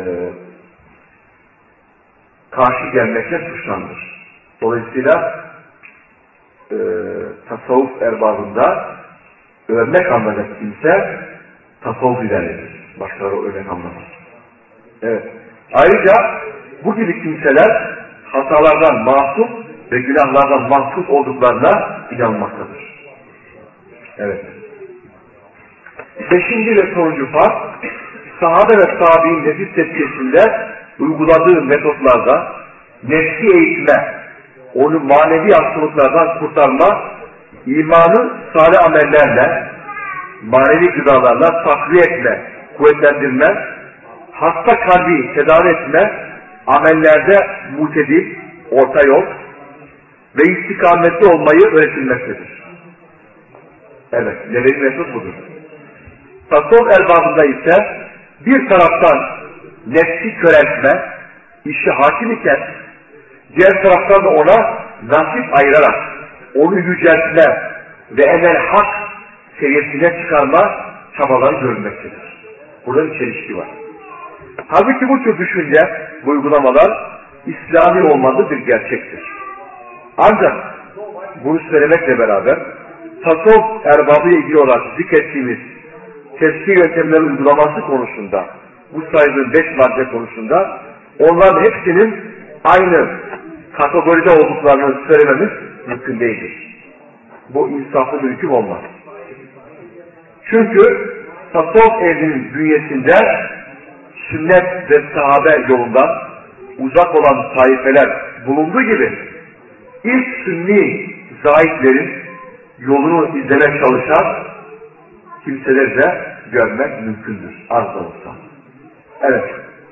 karşı gelmekle suçlanır. Dolayısıyla e, tasavvuf erbabında örnek alınacak kimse tasavvuf ilerledir. Başkaları örnek anlamaz. Evet. Ayrıca bu gibi kimseler hatalardan mahsus ve günahlardan mahsus olduklarına inanmaktadır. Evet. Beşinci ve sonuncu fark, sahabe ve tabi'in nefis tezkiyesinde uyguladığı metotlarda nefsi eğitme, onu manevi hastalıklardan kurtarma, imanı salih amellerle, manevi gıdalarla takviye etme, kuvvetlendirme, hasta kalbi tedavi etme, amellerde mutedil, orta yol ve istikametli olmayı öğretilmektedir. Evet, nebevi metot budur. Tasavvuf erbabında ise bir taraftan nefsi köreltme, işi hakim iken, diğer taraftan da ona nasip ayırarak, onu yüceltme ve emel hak seviyesine çıkarma çabaları görülmektedir. Burada bir çelişki var. Halbuki bu tür düşünce, bu uygulamalar İslami olmadığı bir gerçektir. Ancak bunu söylemekle beraber tasavvuf erbabı ile ilgili olarak zikrettiğimiz tezkiye yöntemleri uygulaması konusunda, bu saydığım beş madde konusunda onların hepsinin aynı kategoride olduklarını söylememiz mümkün değildir. Bu insaflı bir hüküm olmaz. Çünkü tasavvuf ehlinin bünyesinde sünnet ve sahabe yolundan uzak olan taifeler bulunduğu gibi ilk sünni zahitlerin yolunu izlemeye çalışan kimseleri de görmek mümkündür. Az da olsa. Evet.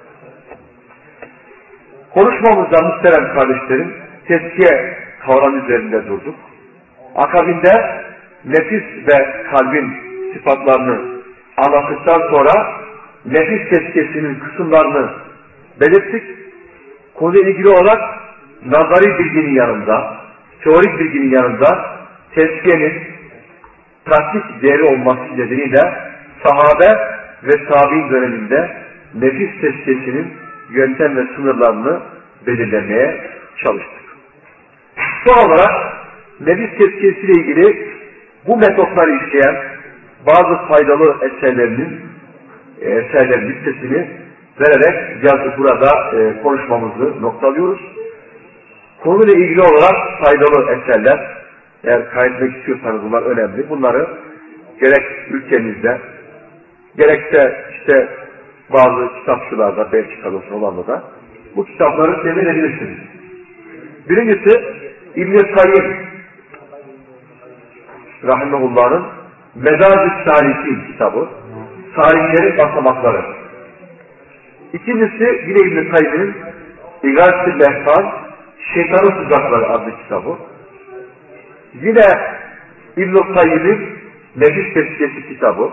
Konuşmamızda muhterem kardeşlerim tezkiye kavramı üzerinde durduk. Akabinde nefis ve kalbin sıfatlarını anlattıktan sonra nefis tezkiyesinin kısımlarını belirttik. Konuyla ilgili olarak nazari bilginin yanında, teorik bilginin yanında tezkiyenin pratik değeri olması nedeniyle sahabe ve tabi'in döneminde nefis tezkiyesinin yöntem ve sınırlarını belirlemeye çalıştık. Son olarak nefis tezkiyesiyle ilgili bu metotları işleyen bazı faydalı eserlerinin eserlerin listesini vererek yazı burada e, konuşmamızı noktalıyoruz. Konuyla ilgili olarak faydalı eserler, eğer kaydetmek istiyorsanız bunlar önemli. Bunları gerek ülkemizde, gerekse işte bazı kitapçılarda, Belçika'da olanda da bu kitapları temin edebilirsiniz. Birincisi İbn-i Kayyim Rahimahullah'ın Medarij-i Salikin kitabı, Saliklerin basamakları. İkincisi yine İbn-i Kayyim'in İgâs-ı Lehfâz, Şeytanın Tuzakları adlı kitabı. Yine İbn-i Kayyim'in Nefis Tezkiyesi kitabı.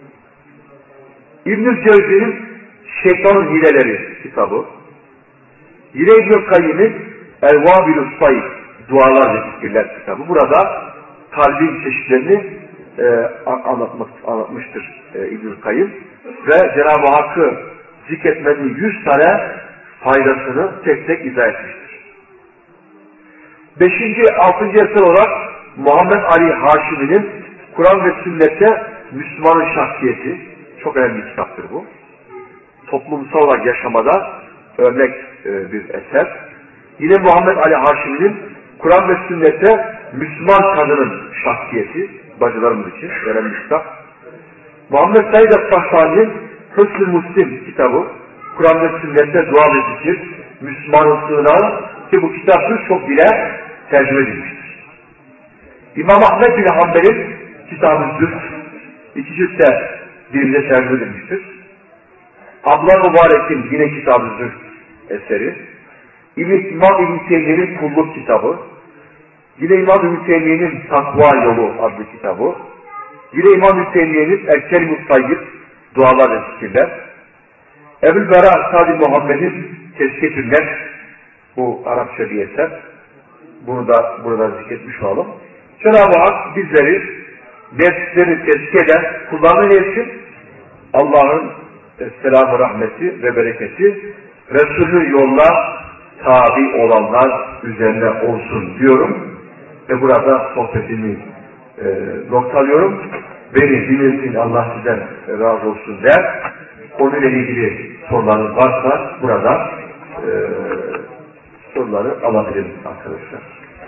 İbn-i Cevzi'nin Şeytanın Hileleri kitabı. Yine İbn-i Kayyim'in El-Vâbil-ü Sayyid, Dualar ve Zikirler kitabı. Burada kalbin çeşitlerini e, anlatmak, anlatmıştır e, İbn-i Kayyim. Ve Cenab-ı Hakk'ı zikretmenin yüz tane faydasını tek tek izah etmiştir. Beşinci, altıncı eser olarak Muhammed Ali Haşimi'nin Kur'an ve Sünnet'te Müslümanın Şahsiyeti. Çok önemli bir kitaptır bu. Toplumsal olarak yaşamada örnek e, bir eser. Yine Muhammed Ali Haşimi'nin Kur'an ve Sünnet'te Müslüman kadının şahsiyeti, bacılarımız için önemli bir kitap. Muhammed Said Efsahani'nin Hüsnü Müslim kitabı, Kur'an ve Sünnet'te dua ve zikir, Müslümanın sığınağı ki bu kitap birçok dile tercüme edilmiştir. İmam Ahmed bin Hanbel'in kitabı Zühd, iki ciltte dilinde tercüme edilmiştir. Abdullah Mübarek'in yine kitabı Zühd eseri, İmam İbn Teymiye'nin Kulluk kitabı, yine İmam İbn Teymiye'nin Takva Yolu adlı kitabı, yine İmam İbn Teymiye'nin El-Kerim-ü Tayyib, Dualar ve Zikirler, Ebu'l Bera Sadi Muhammed'in Tezkiyetü Nefs, bu Arapça bir eser, bunu da burada zikretmiş olalım. Cenab-ı Hak bizleri nefsleri tezkiye eden kullarının nefsi, Allah'ın selamı, rahmeti ve bereketi Resulü yoluna tabi olanlar üzerine olsun diyorum ve burada sohbetimi e, noktalıyorum. Beni dinlesin, Allah sizden razı olsun der. Konuyla ilgili sorularınız varsa burada e, soruları alabiliriz arkadaşlar.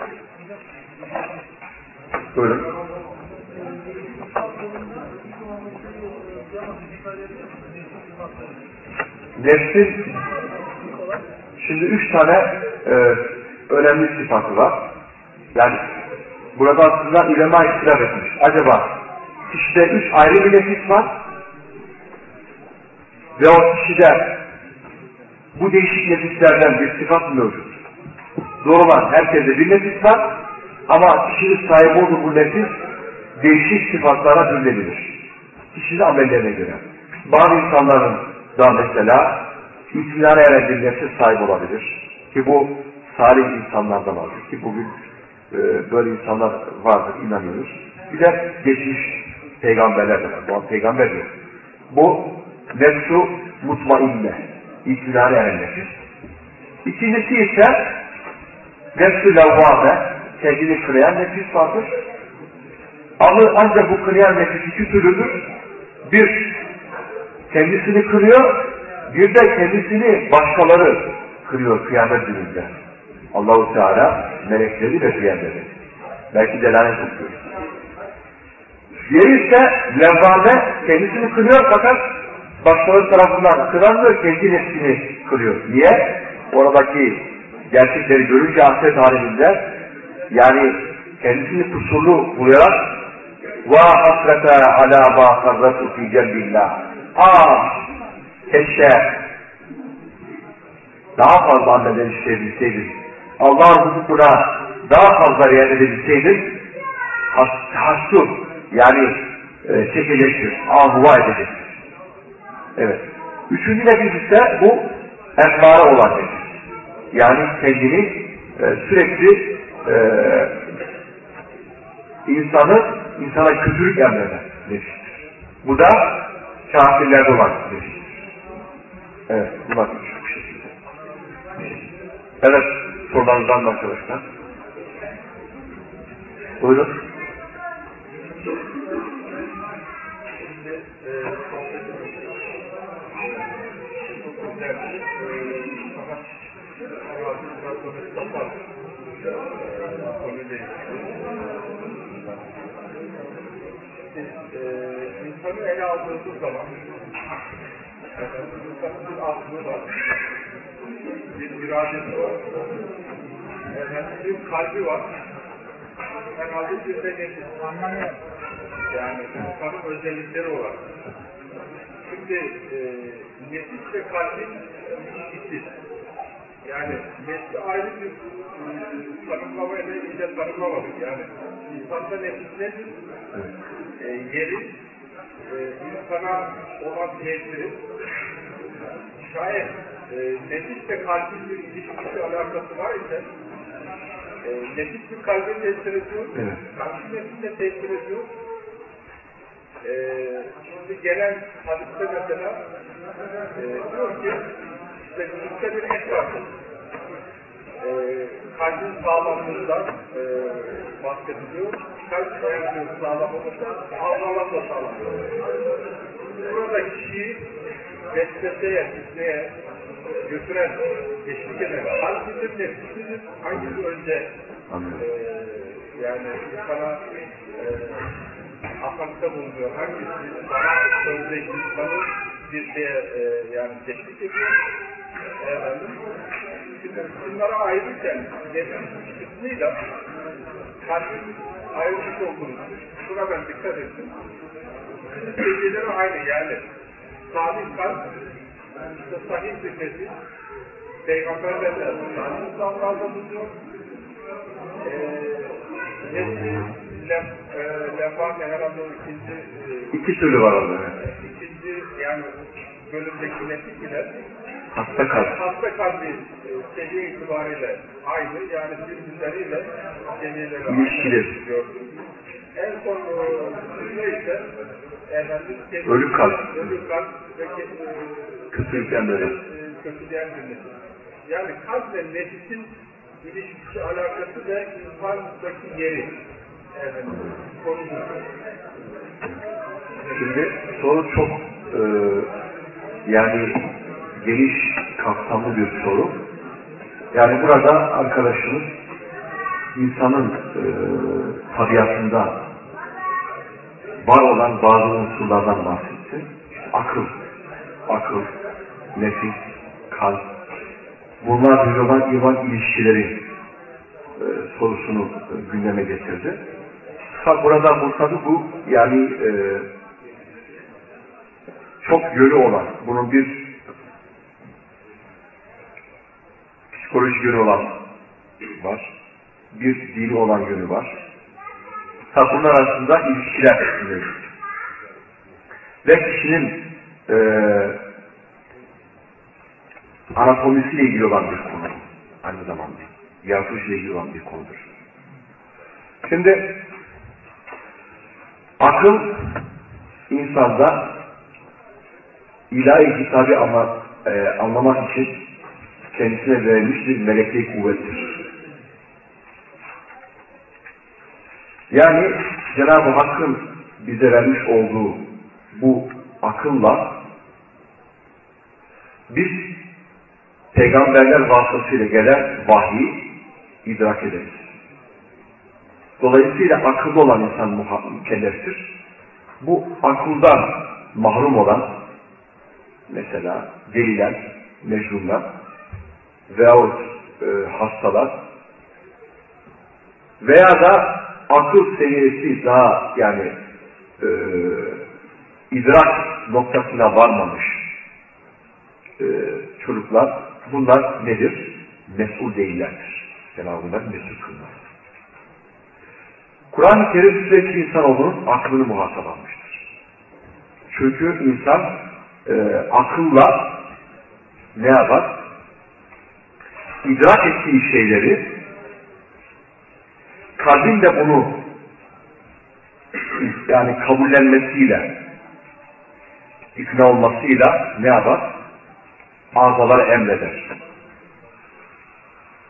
Buyurun. Nefsin şimdi üç tane e, önemli sıfatı var. Yani burada aslında ulema istilaf etmiş. Acaba kişide üç ayrı bir nefis var ve o kişide bu değişik nefislerden bir sıfat mevcut. Doğru olan herkeste bir nefis var ama kişinin sahibi olduğu bu nefis değişik sıfatlara bölünebilir. Kişinin amellerine göre. Bazı insanların da mesela İtminana eren bir nefse sahip olabilir. Ki bu salih insanlardan vardır. Ki bugün e, böyle insanlar vardır, inanıyoruz. Bir de geçmiş peygamberler de var. Bu an peygamber yok. Bu nefsu mutmainne, İtminana eren nefis. İkincisi ise nefsu levvame, kendini kınayan nefis vardır. Ama ancak bu kınayan nefis iki türlüdür. Bir, kendisini kırıyor, bir de kendisini başkaları kırıyor kıyamet gününde. Allah-u Teala melekleri ve kıyametleri. Belki delalet okuyor. Diğeri ise levvame, kendisini kırıyor fakat başkaları tarafından kıranmıyor, kendi nefsini kırıyor. Niye? Oradaki gerçekleri görünce ahiret aleminde, yani kendisini kusurlu bularak va hasrete ala ma sarratu fi celbillah. Ah! Keşke daha fazla amelen işleyebilseydin, Allah'ın hukukuna daha fazla riayet edebilseydin, hastu, yani e, çekecektir, ahuva edecektir. Evet. Üçüncü nefis ise bu emmare olan nefis. Yani kendini e, sürekli e, insanı, insana kötülük emreden nefistir. Bu da kafirlerde olan nefistir. Evet, bunlar bu şekilde. Evet, sorularınızdan arkadaşlar. Buyurun. İnsanı ele aldığımız zaman insanın bir aklı var, bir iradesi var, bir kalbi var, herhalde bir de nefis. Yani insanın özellikleri olarak. Şimdi e, nefis ve kalbin ilişkisi. Yani nefsi ayrı bir e, tanımlamayla iyice tanımlamadık. Yani insanda nefis nedir? E, yeri, e, insana olan tesiri, şayet e, nefis ve kalbin bir ilişkisi alakası var ise e, nefis bir kalbe tesir ediyor, evet. Kalbi nefisle tesir ediyor. E, şimdi gelen hadiste mesela e, diyor ki işte üstte bir et var. E, kalbin sağlamlığından e, bahsediliyor. Kalp eğer sağlam olursa ağzalar da sağlam olur. Burada kişiyi vesveseye, fitneye götüren, teşvik eden kalp midir, nefis midir? Hangisi önce e, yani sana e, afankta bulunuyor? Hangisi bana önce insanı bir şeye e, yani teşvik ediyor? Efendim, şimdi bunlara ayrıyken nefis kısmıyla kalbin ayrılmış olduğunu, buna ben dikkat ettim. Sevgileri aynı yani. Salih kalp, işte sahih bir nefis, peygamberler de salih insanlarla bulunuyor. Nefsi, lefâne herhalde o ikinci... İki türlü var orada. İkinci yani bölümdeki nefis ile hasta kalp. Hasta kalbi e, seviye itibariyle aynı, yani birbirleriyle seviyeleri İlişkilir. gördüm. En son kısmı ise efendim ölü kalp. Ölü kalp ve kötüleyen böyle. Kötüleyen bir nefis. Yani kalp ve nefisin ilişkisi, alakası ve insandaki yeri. Efendim, konudur. Şimdi soru çok e, yani geniş kapsamlı bir soru. Yani burada arkadaşımız insanın e, tabiatında var olan bazı unsurlardan bahsetti. Akıl, akıl, nefis, kalp. Bunlar bir olan iman ilişkileri e, sorusunu e, gündeme getirdi. Fakat burada Musa'da bu yani e, çok yönü olan, bunun bir psikolojik yönü olan var, bir dini olan yönü var. Ha, bunlar arasında ilişkiler mevcut. Ve kişinin e, anatomisiyle ilgili olan bir konu. Aynı zamanda yaratılışla ilgili olan bir konudur. Şimdi akıl insanda ilahi kitabı ama, e, anlamak için kendisine verilmiş bir melekli kuvvettir. Yani Cenab-ı Hakk'ın bize vermiş olduğu bu akılla biz peygamberler vasıtasıyla gelen vahyi idrak ederiz. Dolayısıyla akıllı olan insan mükelleftir. Bu akıldan mahrum olan mesela deliler, mecnunlar veyahut e, hastalar veya da akıl seviyesi daha yani e, idrak noktasına varmamış e, çocuklar, bunlar nedir? Mesul değillerdir. Cenab-ı Hak mesul kılmaz. Kur'an-ı Kerim sürekli insanoğlunun aklını muhatap almıştır. Çünkü insan e, akılla ne yapar? İdrak ettiği şeyleri kalbin de bunu yani kabullenmesiyle ikna olmasıyla ne yapar? Azaları emreder.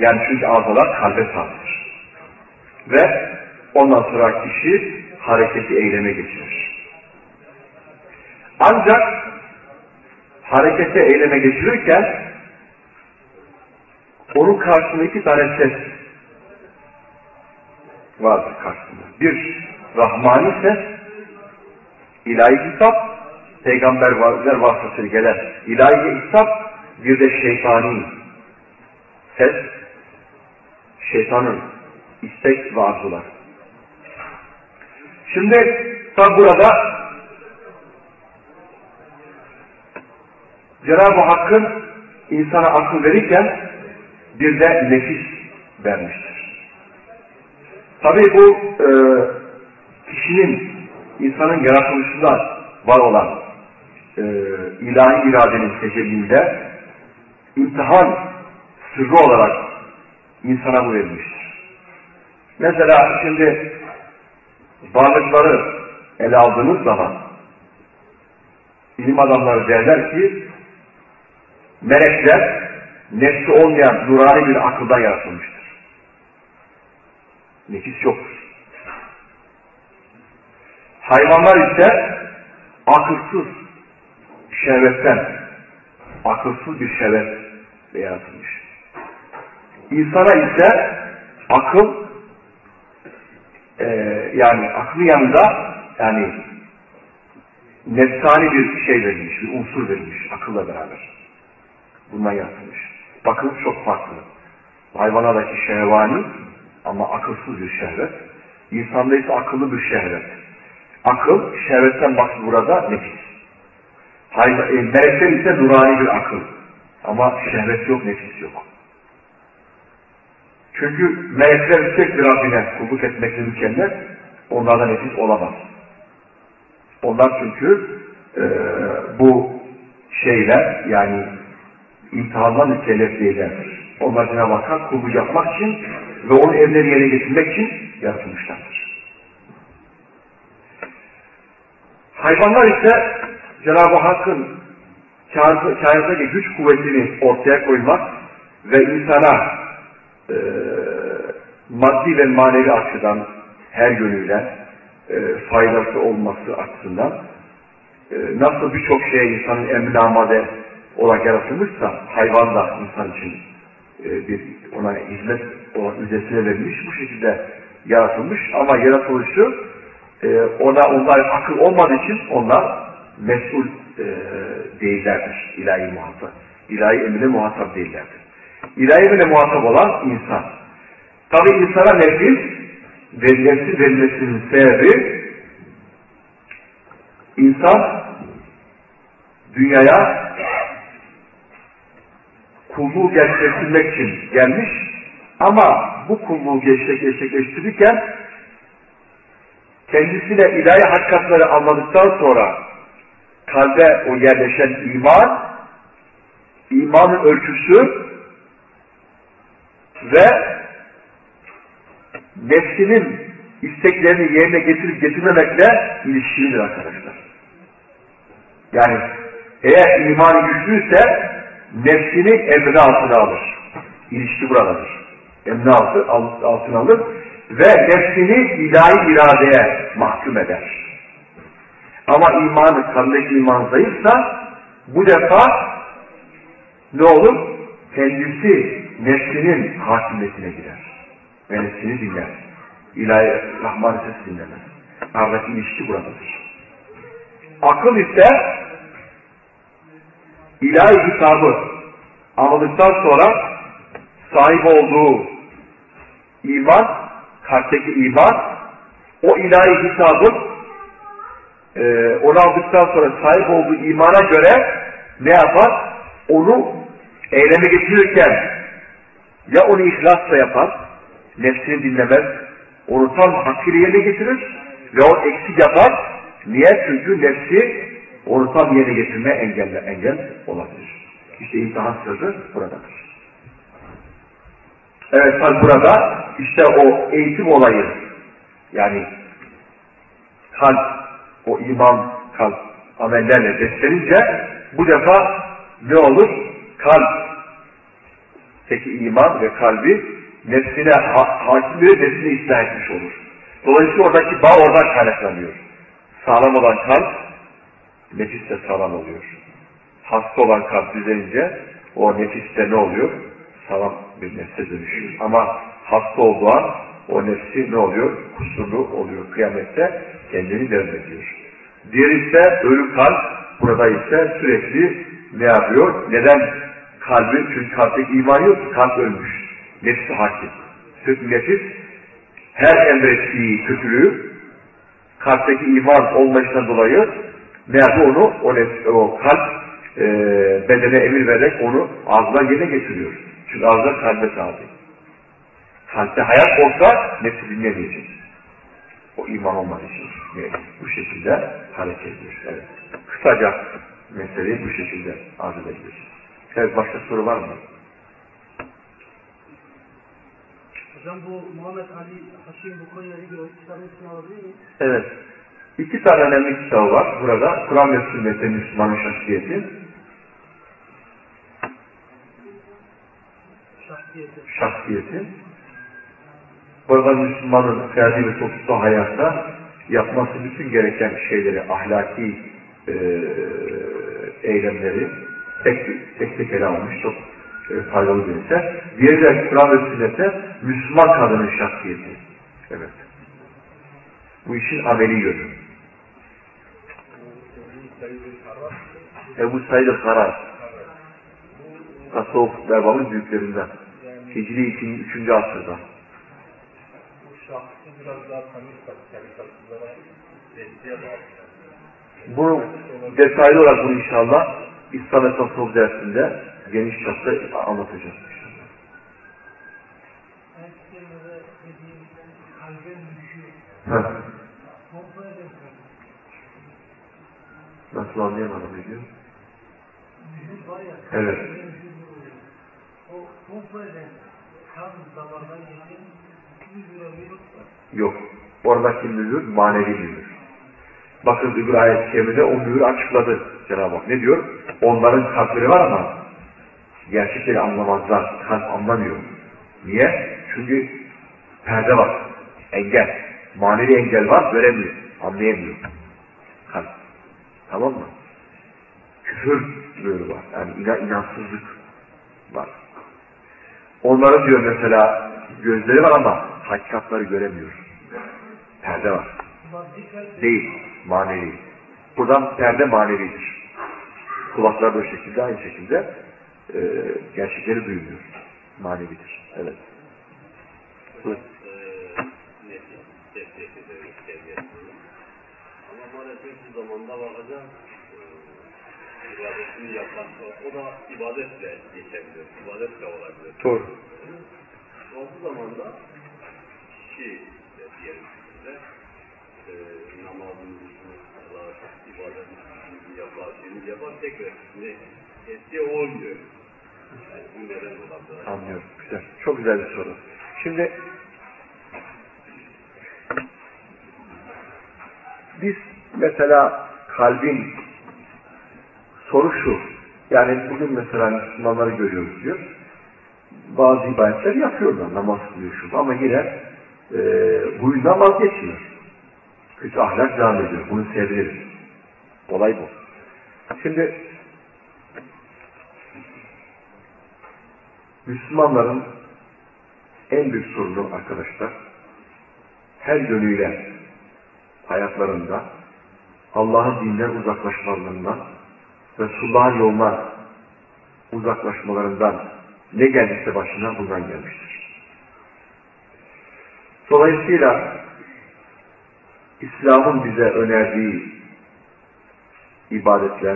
Yani çünkü arzular kalbe sahiptir. Ve ondan sonra kişi hareketi eyleme geçirir. Ancak harekete eyleme geçirirken onun karşısında iki tane ses vardır karşısında. Bir rahmani ses, ilahi hitap, peygamberler vasıtasıyla gelen ilahi hitap, bir de şeytani ses, şeytanın istek ve arzular. Şimdi tabi burada Cenab-ı Hakk'ın insana akıl verirken bir de nefis vermiştir. Tabi bu e, kişinin, insanın yaratılışında var olan e, ilahi iradenin tecellinde imtihan sırrı olarak insana bu verilmiştir. Mesela şimdi varlıkları ele aldığımız zaman ilim adamları derler ki melekler nefsi olmayan nurani bir akıldan yaratılmıştır. Nefis yoktur. Hayvanlar ise akılsız şehvetten, akılsız bir şehvet yaratılmış. İnsana ise akıl, e, yani aklın yanında yani nefsani bir şey verilmiş, bir unsur verilmiş akılla beraber. Bundan yaratılmış. Bakın çok farklı. Hayvanlardaki şehvani ama akılsız bir şehvet. İnsanda ise akıllı bir şehvet. Akıl, şehvetten bak burada nefis. Hayvan, e, melekler ise nurani bir akıl. Ama şehvet yok, nefis yok. Çünkü melekler tek bir Rabbine kulluk etmekle mükemmel, onlarda nefis olamaz. Onlar çünkü e, bu şeyler, yani imtihandan mükellef değillerdir. Onlar Cenab-ı Hakk'a kulluk yapmak için ve onun emrini yerine getirmek için yaratılmışlardır. Hayvanlar ise Cenab-ı Hakk'ın kainattaki güç kuvvetini ortaya koymak ve insana e, maddi ve manevi açıdan her yönüyle e, faydası olması açısından e, nasıl birçok şeye insanın emrine amade olarak yaratılmışsa hayvan da insan için e, bir ona hizmet olarak ücretine verilmiş, bu şekilde yaratılmış ama yaratılışı e, ona onlar akıl olmadığı için onlar mesul e, değillerdir. İlahi muhatap. İlahi emrine muhatap değillerdir. İlahi emrine muhatap olan insan. Tabi insana nefis ve nefsi verilmesinin sebebi insan dünyaya kulluğu gerçekleştirmek için gelmiş ama bu kulluğu gerçekleştirirken kendisine ilahi hakikatleri anladıktan sonra kalbe o yerleşen iman, imanın ölçüsü ve nefsinin isteklerini yerine getirip getirmemekle ilişkilidir arkadaşlar. Yani eğer imanı güçlüyse nefsini emri altına alır. İlişki buradadır. Emri altı, altına alır ve nefsini ilahi iradeye mahkum eder. Ama imanı, kalbindeki iman zayıfsa bu defa ne olur? Kendisi nefsinin hakimiyetine girer. Ve nefsini dinler. İlahi Rahman sesi dinlemez. Aradaki ilişki buradadır. Akıl ise ilahi hitabı anladıktan sonra sahip olduğu iman, kalpteki iman, o ilahi hitabın e, onu aldıktan sonra sahip olduğu imana göre ne yapar? Onu eyleme getirirken ya onu ihlasla yapar, nefsini dinlemez, onu tam hakkıyla yerine getirir ve o eksik yapar. Niye? Çünkü nefsi onu tam yerine getirme engel, engel olabilir. İşte imtihan sırrı buradadır. Evet, tabi burada işte o eğitim olayı, yani kalp, o iman kalp amellerle beslenince bu defa ne olur? Kalp Peki iman ve kalbi nefsine ha hakim bir nefsini ıslah etmiş olur. Dolayısıyla oradaki bağ oradan kaynaklanıyor. Sağlam olan kalp nefis de sağlam oluyor. Hasta olan kalp düzelince o nefis de ne oluyor? Sağlam bir nefse dönüşüyor. Ama hasta olduğu an o nefsi ne oluyor? Kusurlu oluyor. Kıyamette kendini devlediyor. Diğeri ise ölü kalp. Burada ise sürekli ne yapıyor? Neden kalbi? Çünkü kalpteki iman yok ki, kalp ölmüş. Nefsi hakim. Sürekli nefis her emrettiği kötülüğü kalpteki iman olmayışından dolayı ne yapıyor onu? O, nefs, o kalp e, bedene emir vererek onu ağzından yerine getiriyor. Çünkü ağzından kalbe tabi. Kalpte hayat olsa nefsi dinlemeyecek. O iman olmadığı için. Yani bu şekilde hareket ediyor. Evet. Kısaca meseleyi bu şekilde arz edebiliriz. Evet, başka soru var mı? Hocam bu Muhammed Ali Haşim bu konuyla ilgili o kitabın ismini alabilir miyim? Evet. İki tane önemli kitabı var burada. Kur'an ve Sünnet'te Müslümanın şahsiyeti. Şahsiyeti. Şahsiyeti. Burada Müslümanın ferdi ve toplumsal hayatta yapması bütün gereken şeyleri, ahlaki e, eylemleri tek tek, tek ele almış. Çok e, faydalı bir eser. Diğeri de Kur'an ve Sünnet'te Müslüman kadının şahsiyeti. Evet. Bu işin ameli yönü. Ebu Said el-Karar. Tasavvuf derbamın büyüklerinden. Hicri için üçüncü asırda. Bunu detaylı olarak bunu inşallah İslam ve Tasavvuf dersinde geniş çapta anlatacağız. Heh. Nasıl anlayamadım ne diyor? Evet. Yok. Oradaki mühür manevi mühür. Bakın öbür ayet-i kerimede o mühürü açıkladı Cenab-ı Hak. Ne diyor? Onların kalpleri var ama gerçekleri anlamazlar. Kalp anlamıyor. Niye? Çünkü perde var. Engel. Manevi engel var. Göremiyor. Anlayamıyor. Kalp. Tamam mı? Küfür mühürü var. Yani inan, inansızlık var. Onların diyor mesela gözleri var ama hakikatları göremiyor. Perde var. Değil. Manevi. Buradan perde manevidir. Kulaklar da o şekilde, aynı şekilde e, gerçekleri duymuyor. Manevidir. Evet. Buyur. Ama maalesef bu zamanda bakacağız, ibadetini yapan, o da ibadetle geçebilir, ibadetle olabilir. Doğru. O bu zamanda kişi de diyelim size, e, namazını, ibadetini yapar, şimdi yapar, tekrar ne ettiği olmuyor. Yani bu neden olabilir? Anlıyorum. Güzel. Çok güzel bir soru. Şimdi biz mesela kalbin soru şu, yani bugün mesela Müslümanları görüyoruz diyor, bazı ibadetler yapıyorlar, namaz kılıyor şu, ama yine e, bu yüzden vazgeçmiyor. Kötü ahlak devam ediyor, bunu sevdirir. Olay bu. Şimdi Müslümanların en büyük sorunu arkadaşlar, her yönüyle hayatlarında Allah'ın dininden uzaklaşmalarından, Resulullah'ın yoluna uzaklaşmalarından ne geldiyse başına bundan gelmiştir. Dolayısıyla İslam'ın bize önerdiği ibadetler,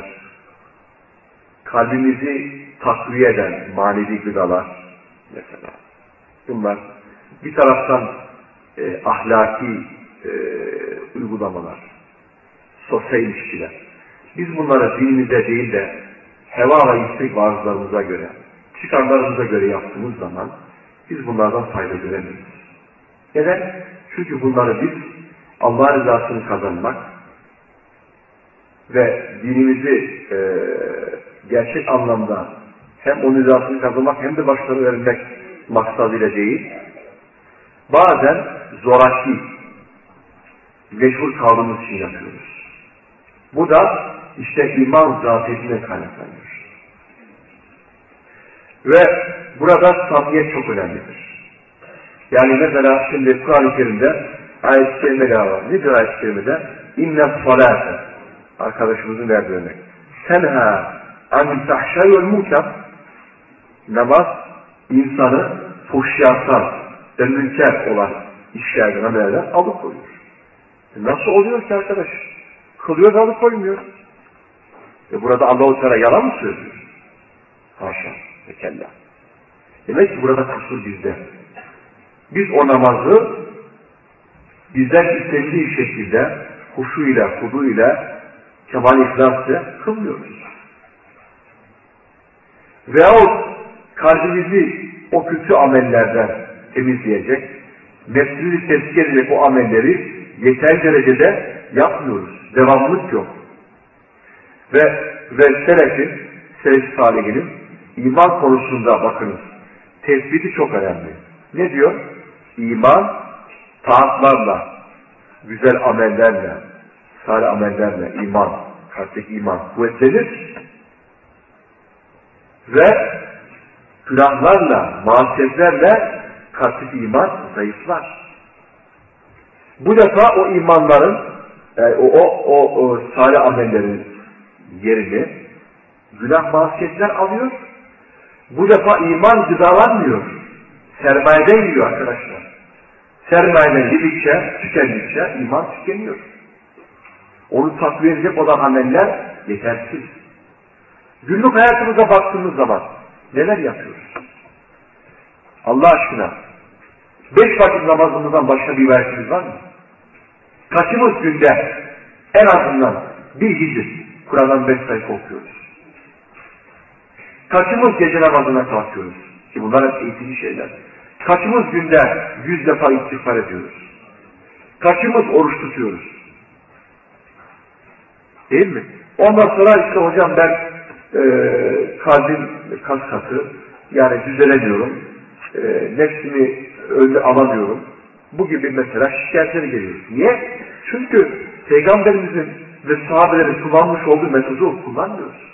kalbimizi takviye eden manevi gıdalar mesela, bunlar bir taraftan e, ahlaki e, uygulamalar, sosyal ilişkiler. Biz bunları dinimize değil de heva ve istek varzlarımıza göre, çıkarlarımıza göre yaptığımız zaman biz bunlardan fayda göremeyiz. Neden? Çünkü bunları biz Allah rızasını kazanmak ve dinimizi e, gerçek anlamda hem onun rızasını kazanmak hem de başkalarına verilmek maksadıyla değil, bazen zoraki, meşhur kaldığımız için yapıyoruz. Bu da işte iman zafiyetinden kaynaklanıyor. Ve burada samimiyet çok önemlidir. Yani mesela şimdi Kur'an-ı Kerim'de ayet-i kerimeler var. Nedir ayet-i kerimede? İnne salâte. Arkadaşımızın verdiği örnek. Tenha an tahşayul munkar. Namaz insanı fuhşiyattan ve münker olan işlerden, amellerden alıkoyuyor. Nasıl oluyor ki arkadaş? Kılıyor da alıkoymuyor. E burada Allah-u Teala yalan mı söylüyor? Haşa ve kella. Demek ki burada kusur bizde. Biz o namazı bizden istediği şekilde huşuyla, huduyla, kemal ihlasla kılmıyoruz. Veyahut kalbimizi o kötü amellerden temizleyecek, nefsimizi tezkiye edecek o amelleri yeterli derecede yapmıyoruz. Devamlılık yok. Ve ve selefin, selef salihinin iman konusunda bakınız. Tespiti çok önemli. Ne diyor? İman taatlarla, güzel amellerle, salih amellerle iman, kalpteki iman kuvvetlenir ve günahlarla, masiyetlerle kalpteki iman zayıflar. Bu defa o imanların, yani o, o, o, o salih amellerin yerini günah masiyetler alıyor. Bu defa iman gıdalanmıyor. Sermayeden yiyor arkadaşlar. Sermayeden yedikçe, tükendikçe iman tükeniyor. Onu takviye edecek olan ameller yetersiz. Günlük hayatımıza baktığımız zaman neler yapıyoruz? Allah aşkına beş vakit namazımızdan başka bir ibadetimiz var mı? Kaçımız günde en azından bir hicret Kur'an'dan beş sayfa okuyoruz? Kaçımız gece namazına kalkıyoruz? Ki bunlar hep eğitici şeyler. Kaçımız günde yüz defa istiğfar ediyoruz? Kaçımız oruç tutuyoruz? Değil mi? Ondan sonra işte hocam ben e, kalbim kas katı, yani düzelemiyorum, e, nefsimi öyle alamıyorum. Bu gibi mesela şikayetleri geliyor. Niye? Çünkü Peygamberimizin ve sahabelerin kullanmış olduğu metodu kullanmıyoruz.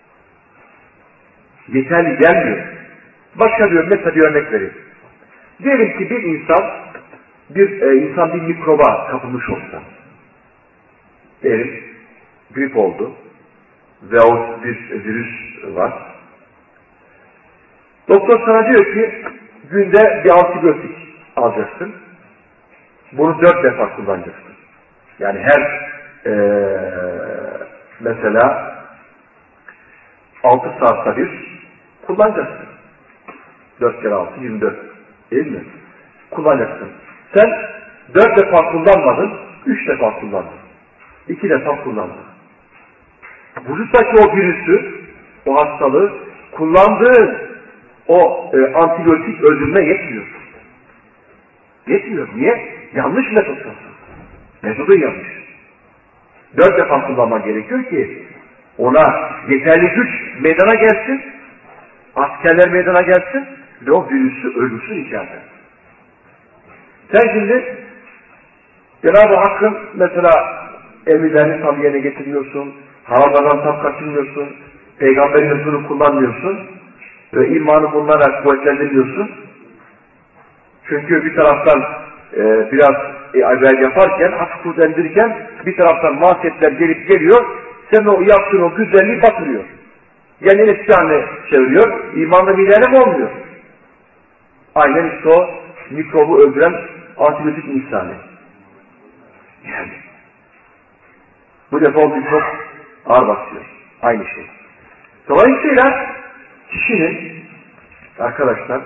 Yeterli gelmiyor. Başka bir mesela bir örnek vereyim. Diyelim ki bir insan, bir e, insan bir mikroba kapılmış olsa, diyelim grip oldu veyahut bir virüs var. Doktor sana diyor ki günde bir antibiyotik alacaksın. Bunu dört defa kullanacaksın. Yani her e, mesela altı saatte bir kullanacaksın. Dört kere altı, yirmi dört. Değil mi? Kullanacaksın. Sen dört defa kullanmadın, üç defa kullandın. İki defa kullandın. Vücuttaki o virüsü, o hastalığı kullandığın o e, antibiyotik öldürme yetmiyor. Yetmiyor. Niye? Yanlış metottasın. Metodu yanlış. Dört defa kullanman gerekiyor ki ona yeterli güç meydana gelsin, askerler meydana gelsin ve o virüsü öldürsün içeride. Sen şimdi Cenab-ı Hakk'ın mesela emirlerini tam yerine getiriyorsun, haramlardan tam kaçınmıyorsun, Peygamberin hızını kullanmıyorsun ve imanı bunlara kuvvetlendiriyorsun. Çünkü bir taraftan e, biraz e, acayip yaparken, hafif kuvvetlendirirken bir taraftan masiyetler gelip geliyor, sen o yaptığın o güzelliği batırıyor. Yani eski haline çeviriyor, imanla bir ilerleme olmuyor. Aynen işte o mikrobu öldüren antibiyotik misali. Yani bu defa o mikrop ağır basıyor. Aynı şey. Dolayısıyla kişinin arkadaşlar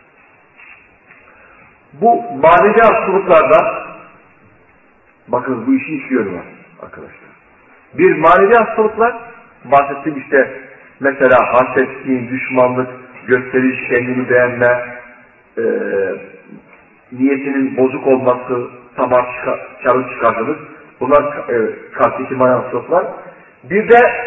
bu manevi hastalıklarda bakın bu işin iki yönü var arkadaşlar. Bir manevi hastalıklar bahsettiğim işte mesela haset, kin, düşmanlık, gösteriş, kendini beğenme, e, niyetinin bozuk olması, tamam karın çıkardınız. Bunlar e, kalpteki manevi hastalıklar. Bir de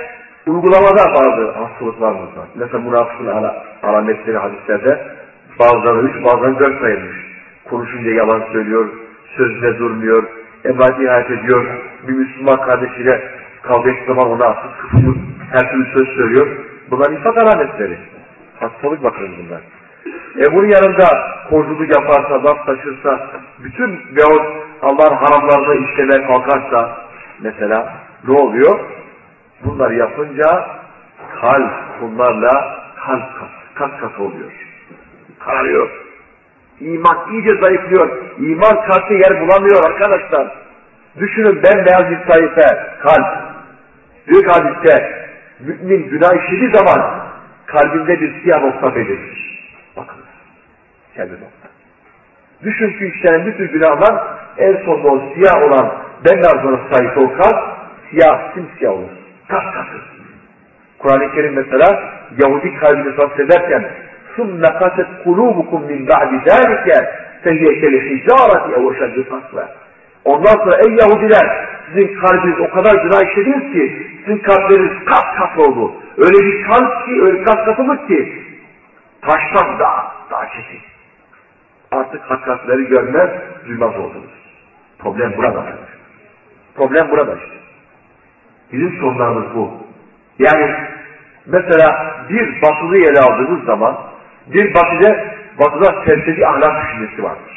Uygulamada bazı hastalıklarımız var. Mesela münafıkın ala, alametleri hadislerde bazıları üç, bazıları dört sayılmış. Konuşunca yalan söylüyor, sözüne durmuyor, emanet ihanet ediyor. Bir Müslüman kardeşiyle kavga ettiği zaman ona sıfır, her türlü söz söylüyor. Bunlar nifak alametleri. Hastalık bakın bunlar. E bunun yanında korculuk yaparsa, laf taşırsa, bütün veyahut Allah'ın haramlarını işlemeye kalkarsa mesela ne oluyor? Bunları yapınca kalp bunlarla kalp kat, kat kat oluyor. Kararıyor. İman iyice zayıflıyor. İman kalpte yer bulamıyor arkadaşlar. Düşünün bembeyaz bir sayfa kalp. Büyük hadiste mümin günah işlediği zaman kalbinde bir siyah nokta belirir. Bakın. Kendi nokta. Düşün ki işlenen bütün günahlar en sonunda o siyah olan bembeyaz olan sayfa o kalp siyah, simsiyah olur. Kat katı. Kur'an-ı Kerim mesela Yahudi kalbini sassederken ثُمَّ قَسَتْ قُلُوبُكُمْ مِنْ بَعْدِ ذَٰلِكَ فَهِيَ كَلِحِجَارَةِ اَوْ شَدِّ فَصْلًا. Ondan sonra ey Yahudiler sizin kalbiniz o kadar günah işlediniz ki sizin kalpleriniz kat kat oldu. Öyle bir kalp ki, öyle kat katılık ki taştan daha, daha çetin. Artık hakikatleri görmez, duymaz oldunuz. Problem burada. Problem burada işte. Bizim sorunlarımız bu. Yani mesela bir batılıyı ele aldığımız zaman bir batıda, batıda felsefi ahlak düşüncesi vardır.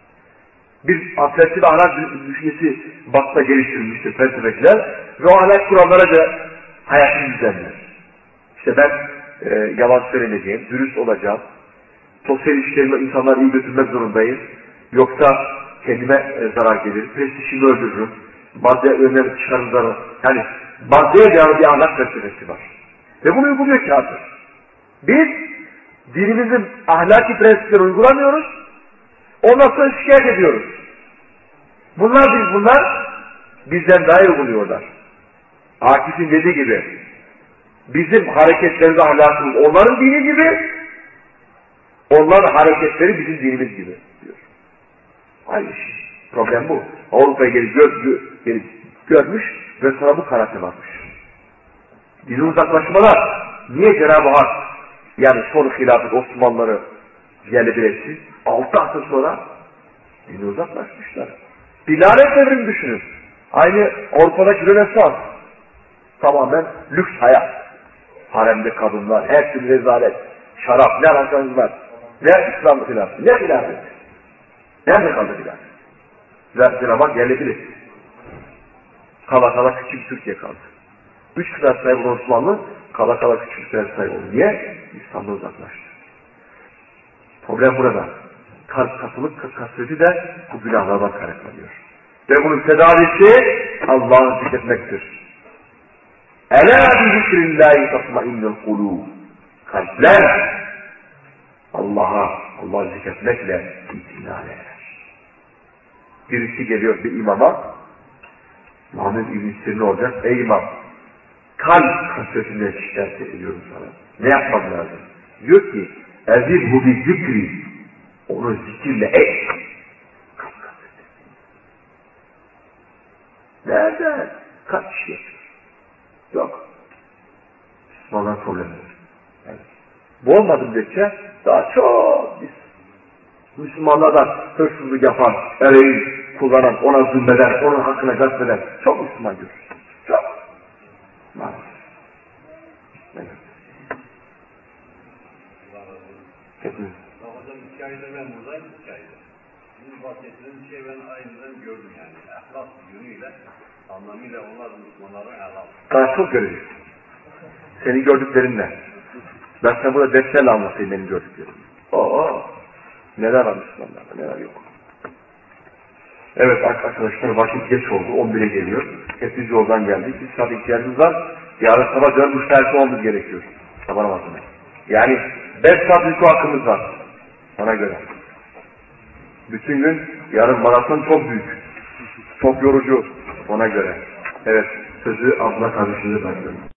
Bir felsefi ahlak düşüncesi batıda geliştirilmiştir felsefeciler ve o ahlak kurallara da hayatını düzenler. İşte ben e, yalan söylemeyeceğim, dürüst olacağım, sosyal ilişkilerimi insanları iyi götürmek zorundayım, yoksa kendime e, zarar gelir, prestijimi öldürürüm, madde önleri çıkarımları, yani maddeye dayalı bir ahlak felsefesi var. Ve bunu uyguluyor kafir. Biz dinimizin ahlaki prensipleri uygulamıyoruz, ondan sonra şikayet ediyoruz. Bunlar biz bunlar bizden daha iyi uyguluyorlar. Akif'in dediği gibi bizim hareketlerimiz ahlakımız onların dini gibi, onların hareketleri bizim dinimiz gibi diyor. Aynı şey. Problem bu. Avrupa'ya gelip gör, gelip görmüş ve sonra bu kanate varmış. Dini uzaklaşmalar niye Cenab-ı Hak yani son hilafet Osmanlıları yerle bir etti? Altı asır sonra dini uzaklaşmışlar. Bir lanet devrini düşünün. Aynı Avrupa'daki Rönesans. Tamamen lüks hayat. Haremde kadınlar, her türlü rezalet, şarap, ne alakanız var. Ne İslam'ı hilafeti, ne hilafet? Nerede kaldı hilafet? Cenab-ı Hak yerle bir etti. Kala kala küçük Türkiye kaldı. Üç kıta sahibi Osmanlı, kala kala küçük kıta sahibi oldu. Niye? İslam'dan uzaklaştı. Problem burada. Kalp katılık kasveti de bu günahlardan kaynaklanıyor. Ve bunun tedavisi Allah'ı zikretmektir. Elâ bi zikrillâhi tatmainnul kulûb. Kalpler Allah'a, Allah'ı zikretmekle itinâl eder. Birisi geliyor bir imama, Muhammed İbn-i Sirin olacak, ey imam, kalp kasvetinden şikayet ediyorum sana. Ne yapmam lazım? Diyor ki, ezibhu bi zikri, onu zikirle et. Kalp kasveti. Nerede? Kaç kişi yapıyor? Yok. Müslümanlar problemi var. Yani, bu olmadı müddetçe daha çok biz Müslümanlardan hırsızlık yapan, ereği kullanan, ona zulmeden, onun hakkına gasp eden çok Müslüman görürüz. Çok. Maalesef. Evet. Hepimiz. Hocam iki ayda ben buradayım, iki ayda. Şimdi bahsettiğim bir şey ben aynıdan gördüm yani. Ahlak yönüyle, anlamıyla onlar Müslümanların ahlakı. Daha çok göreceğiz. Senin gördüklerinle. Ben sana burada defterle anlatayım benim gördüklerim. Oo. Neler var Müslümanlarda, neler yok. Evet arkadaşlar vakit geç oldu, on bire geliyor. Hepimiz yoldan geldik, bir saat ihtiyacımız var. Yarın sabah dönmüş tersi olmamız gerekiyor. Sabah namazına. Yani beş saat uyku hakkımız var. Ona göre. Bütün gün yarın maraton çok büyük. Çok yorucu. Ona göre. Evet sözü abla kardeşinize bırakıyorum.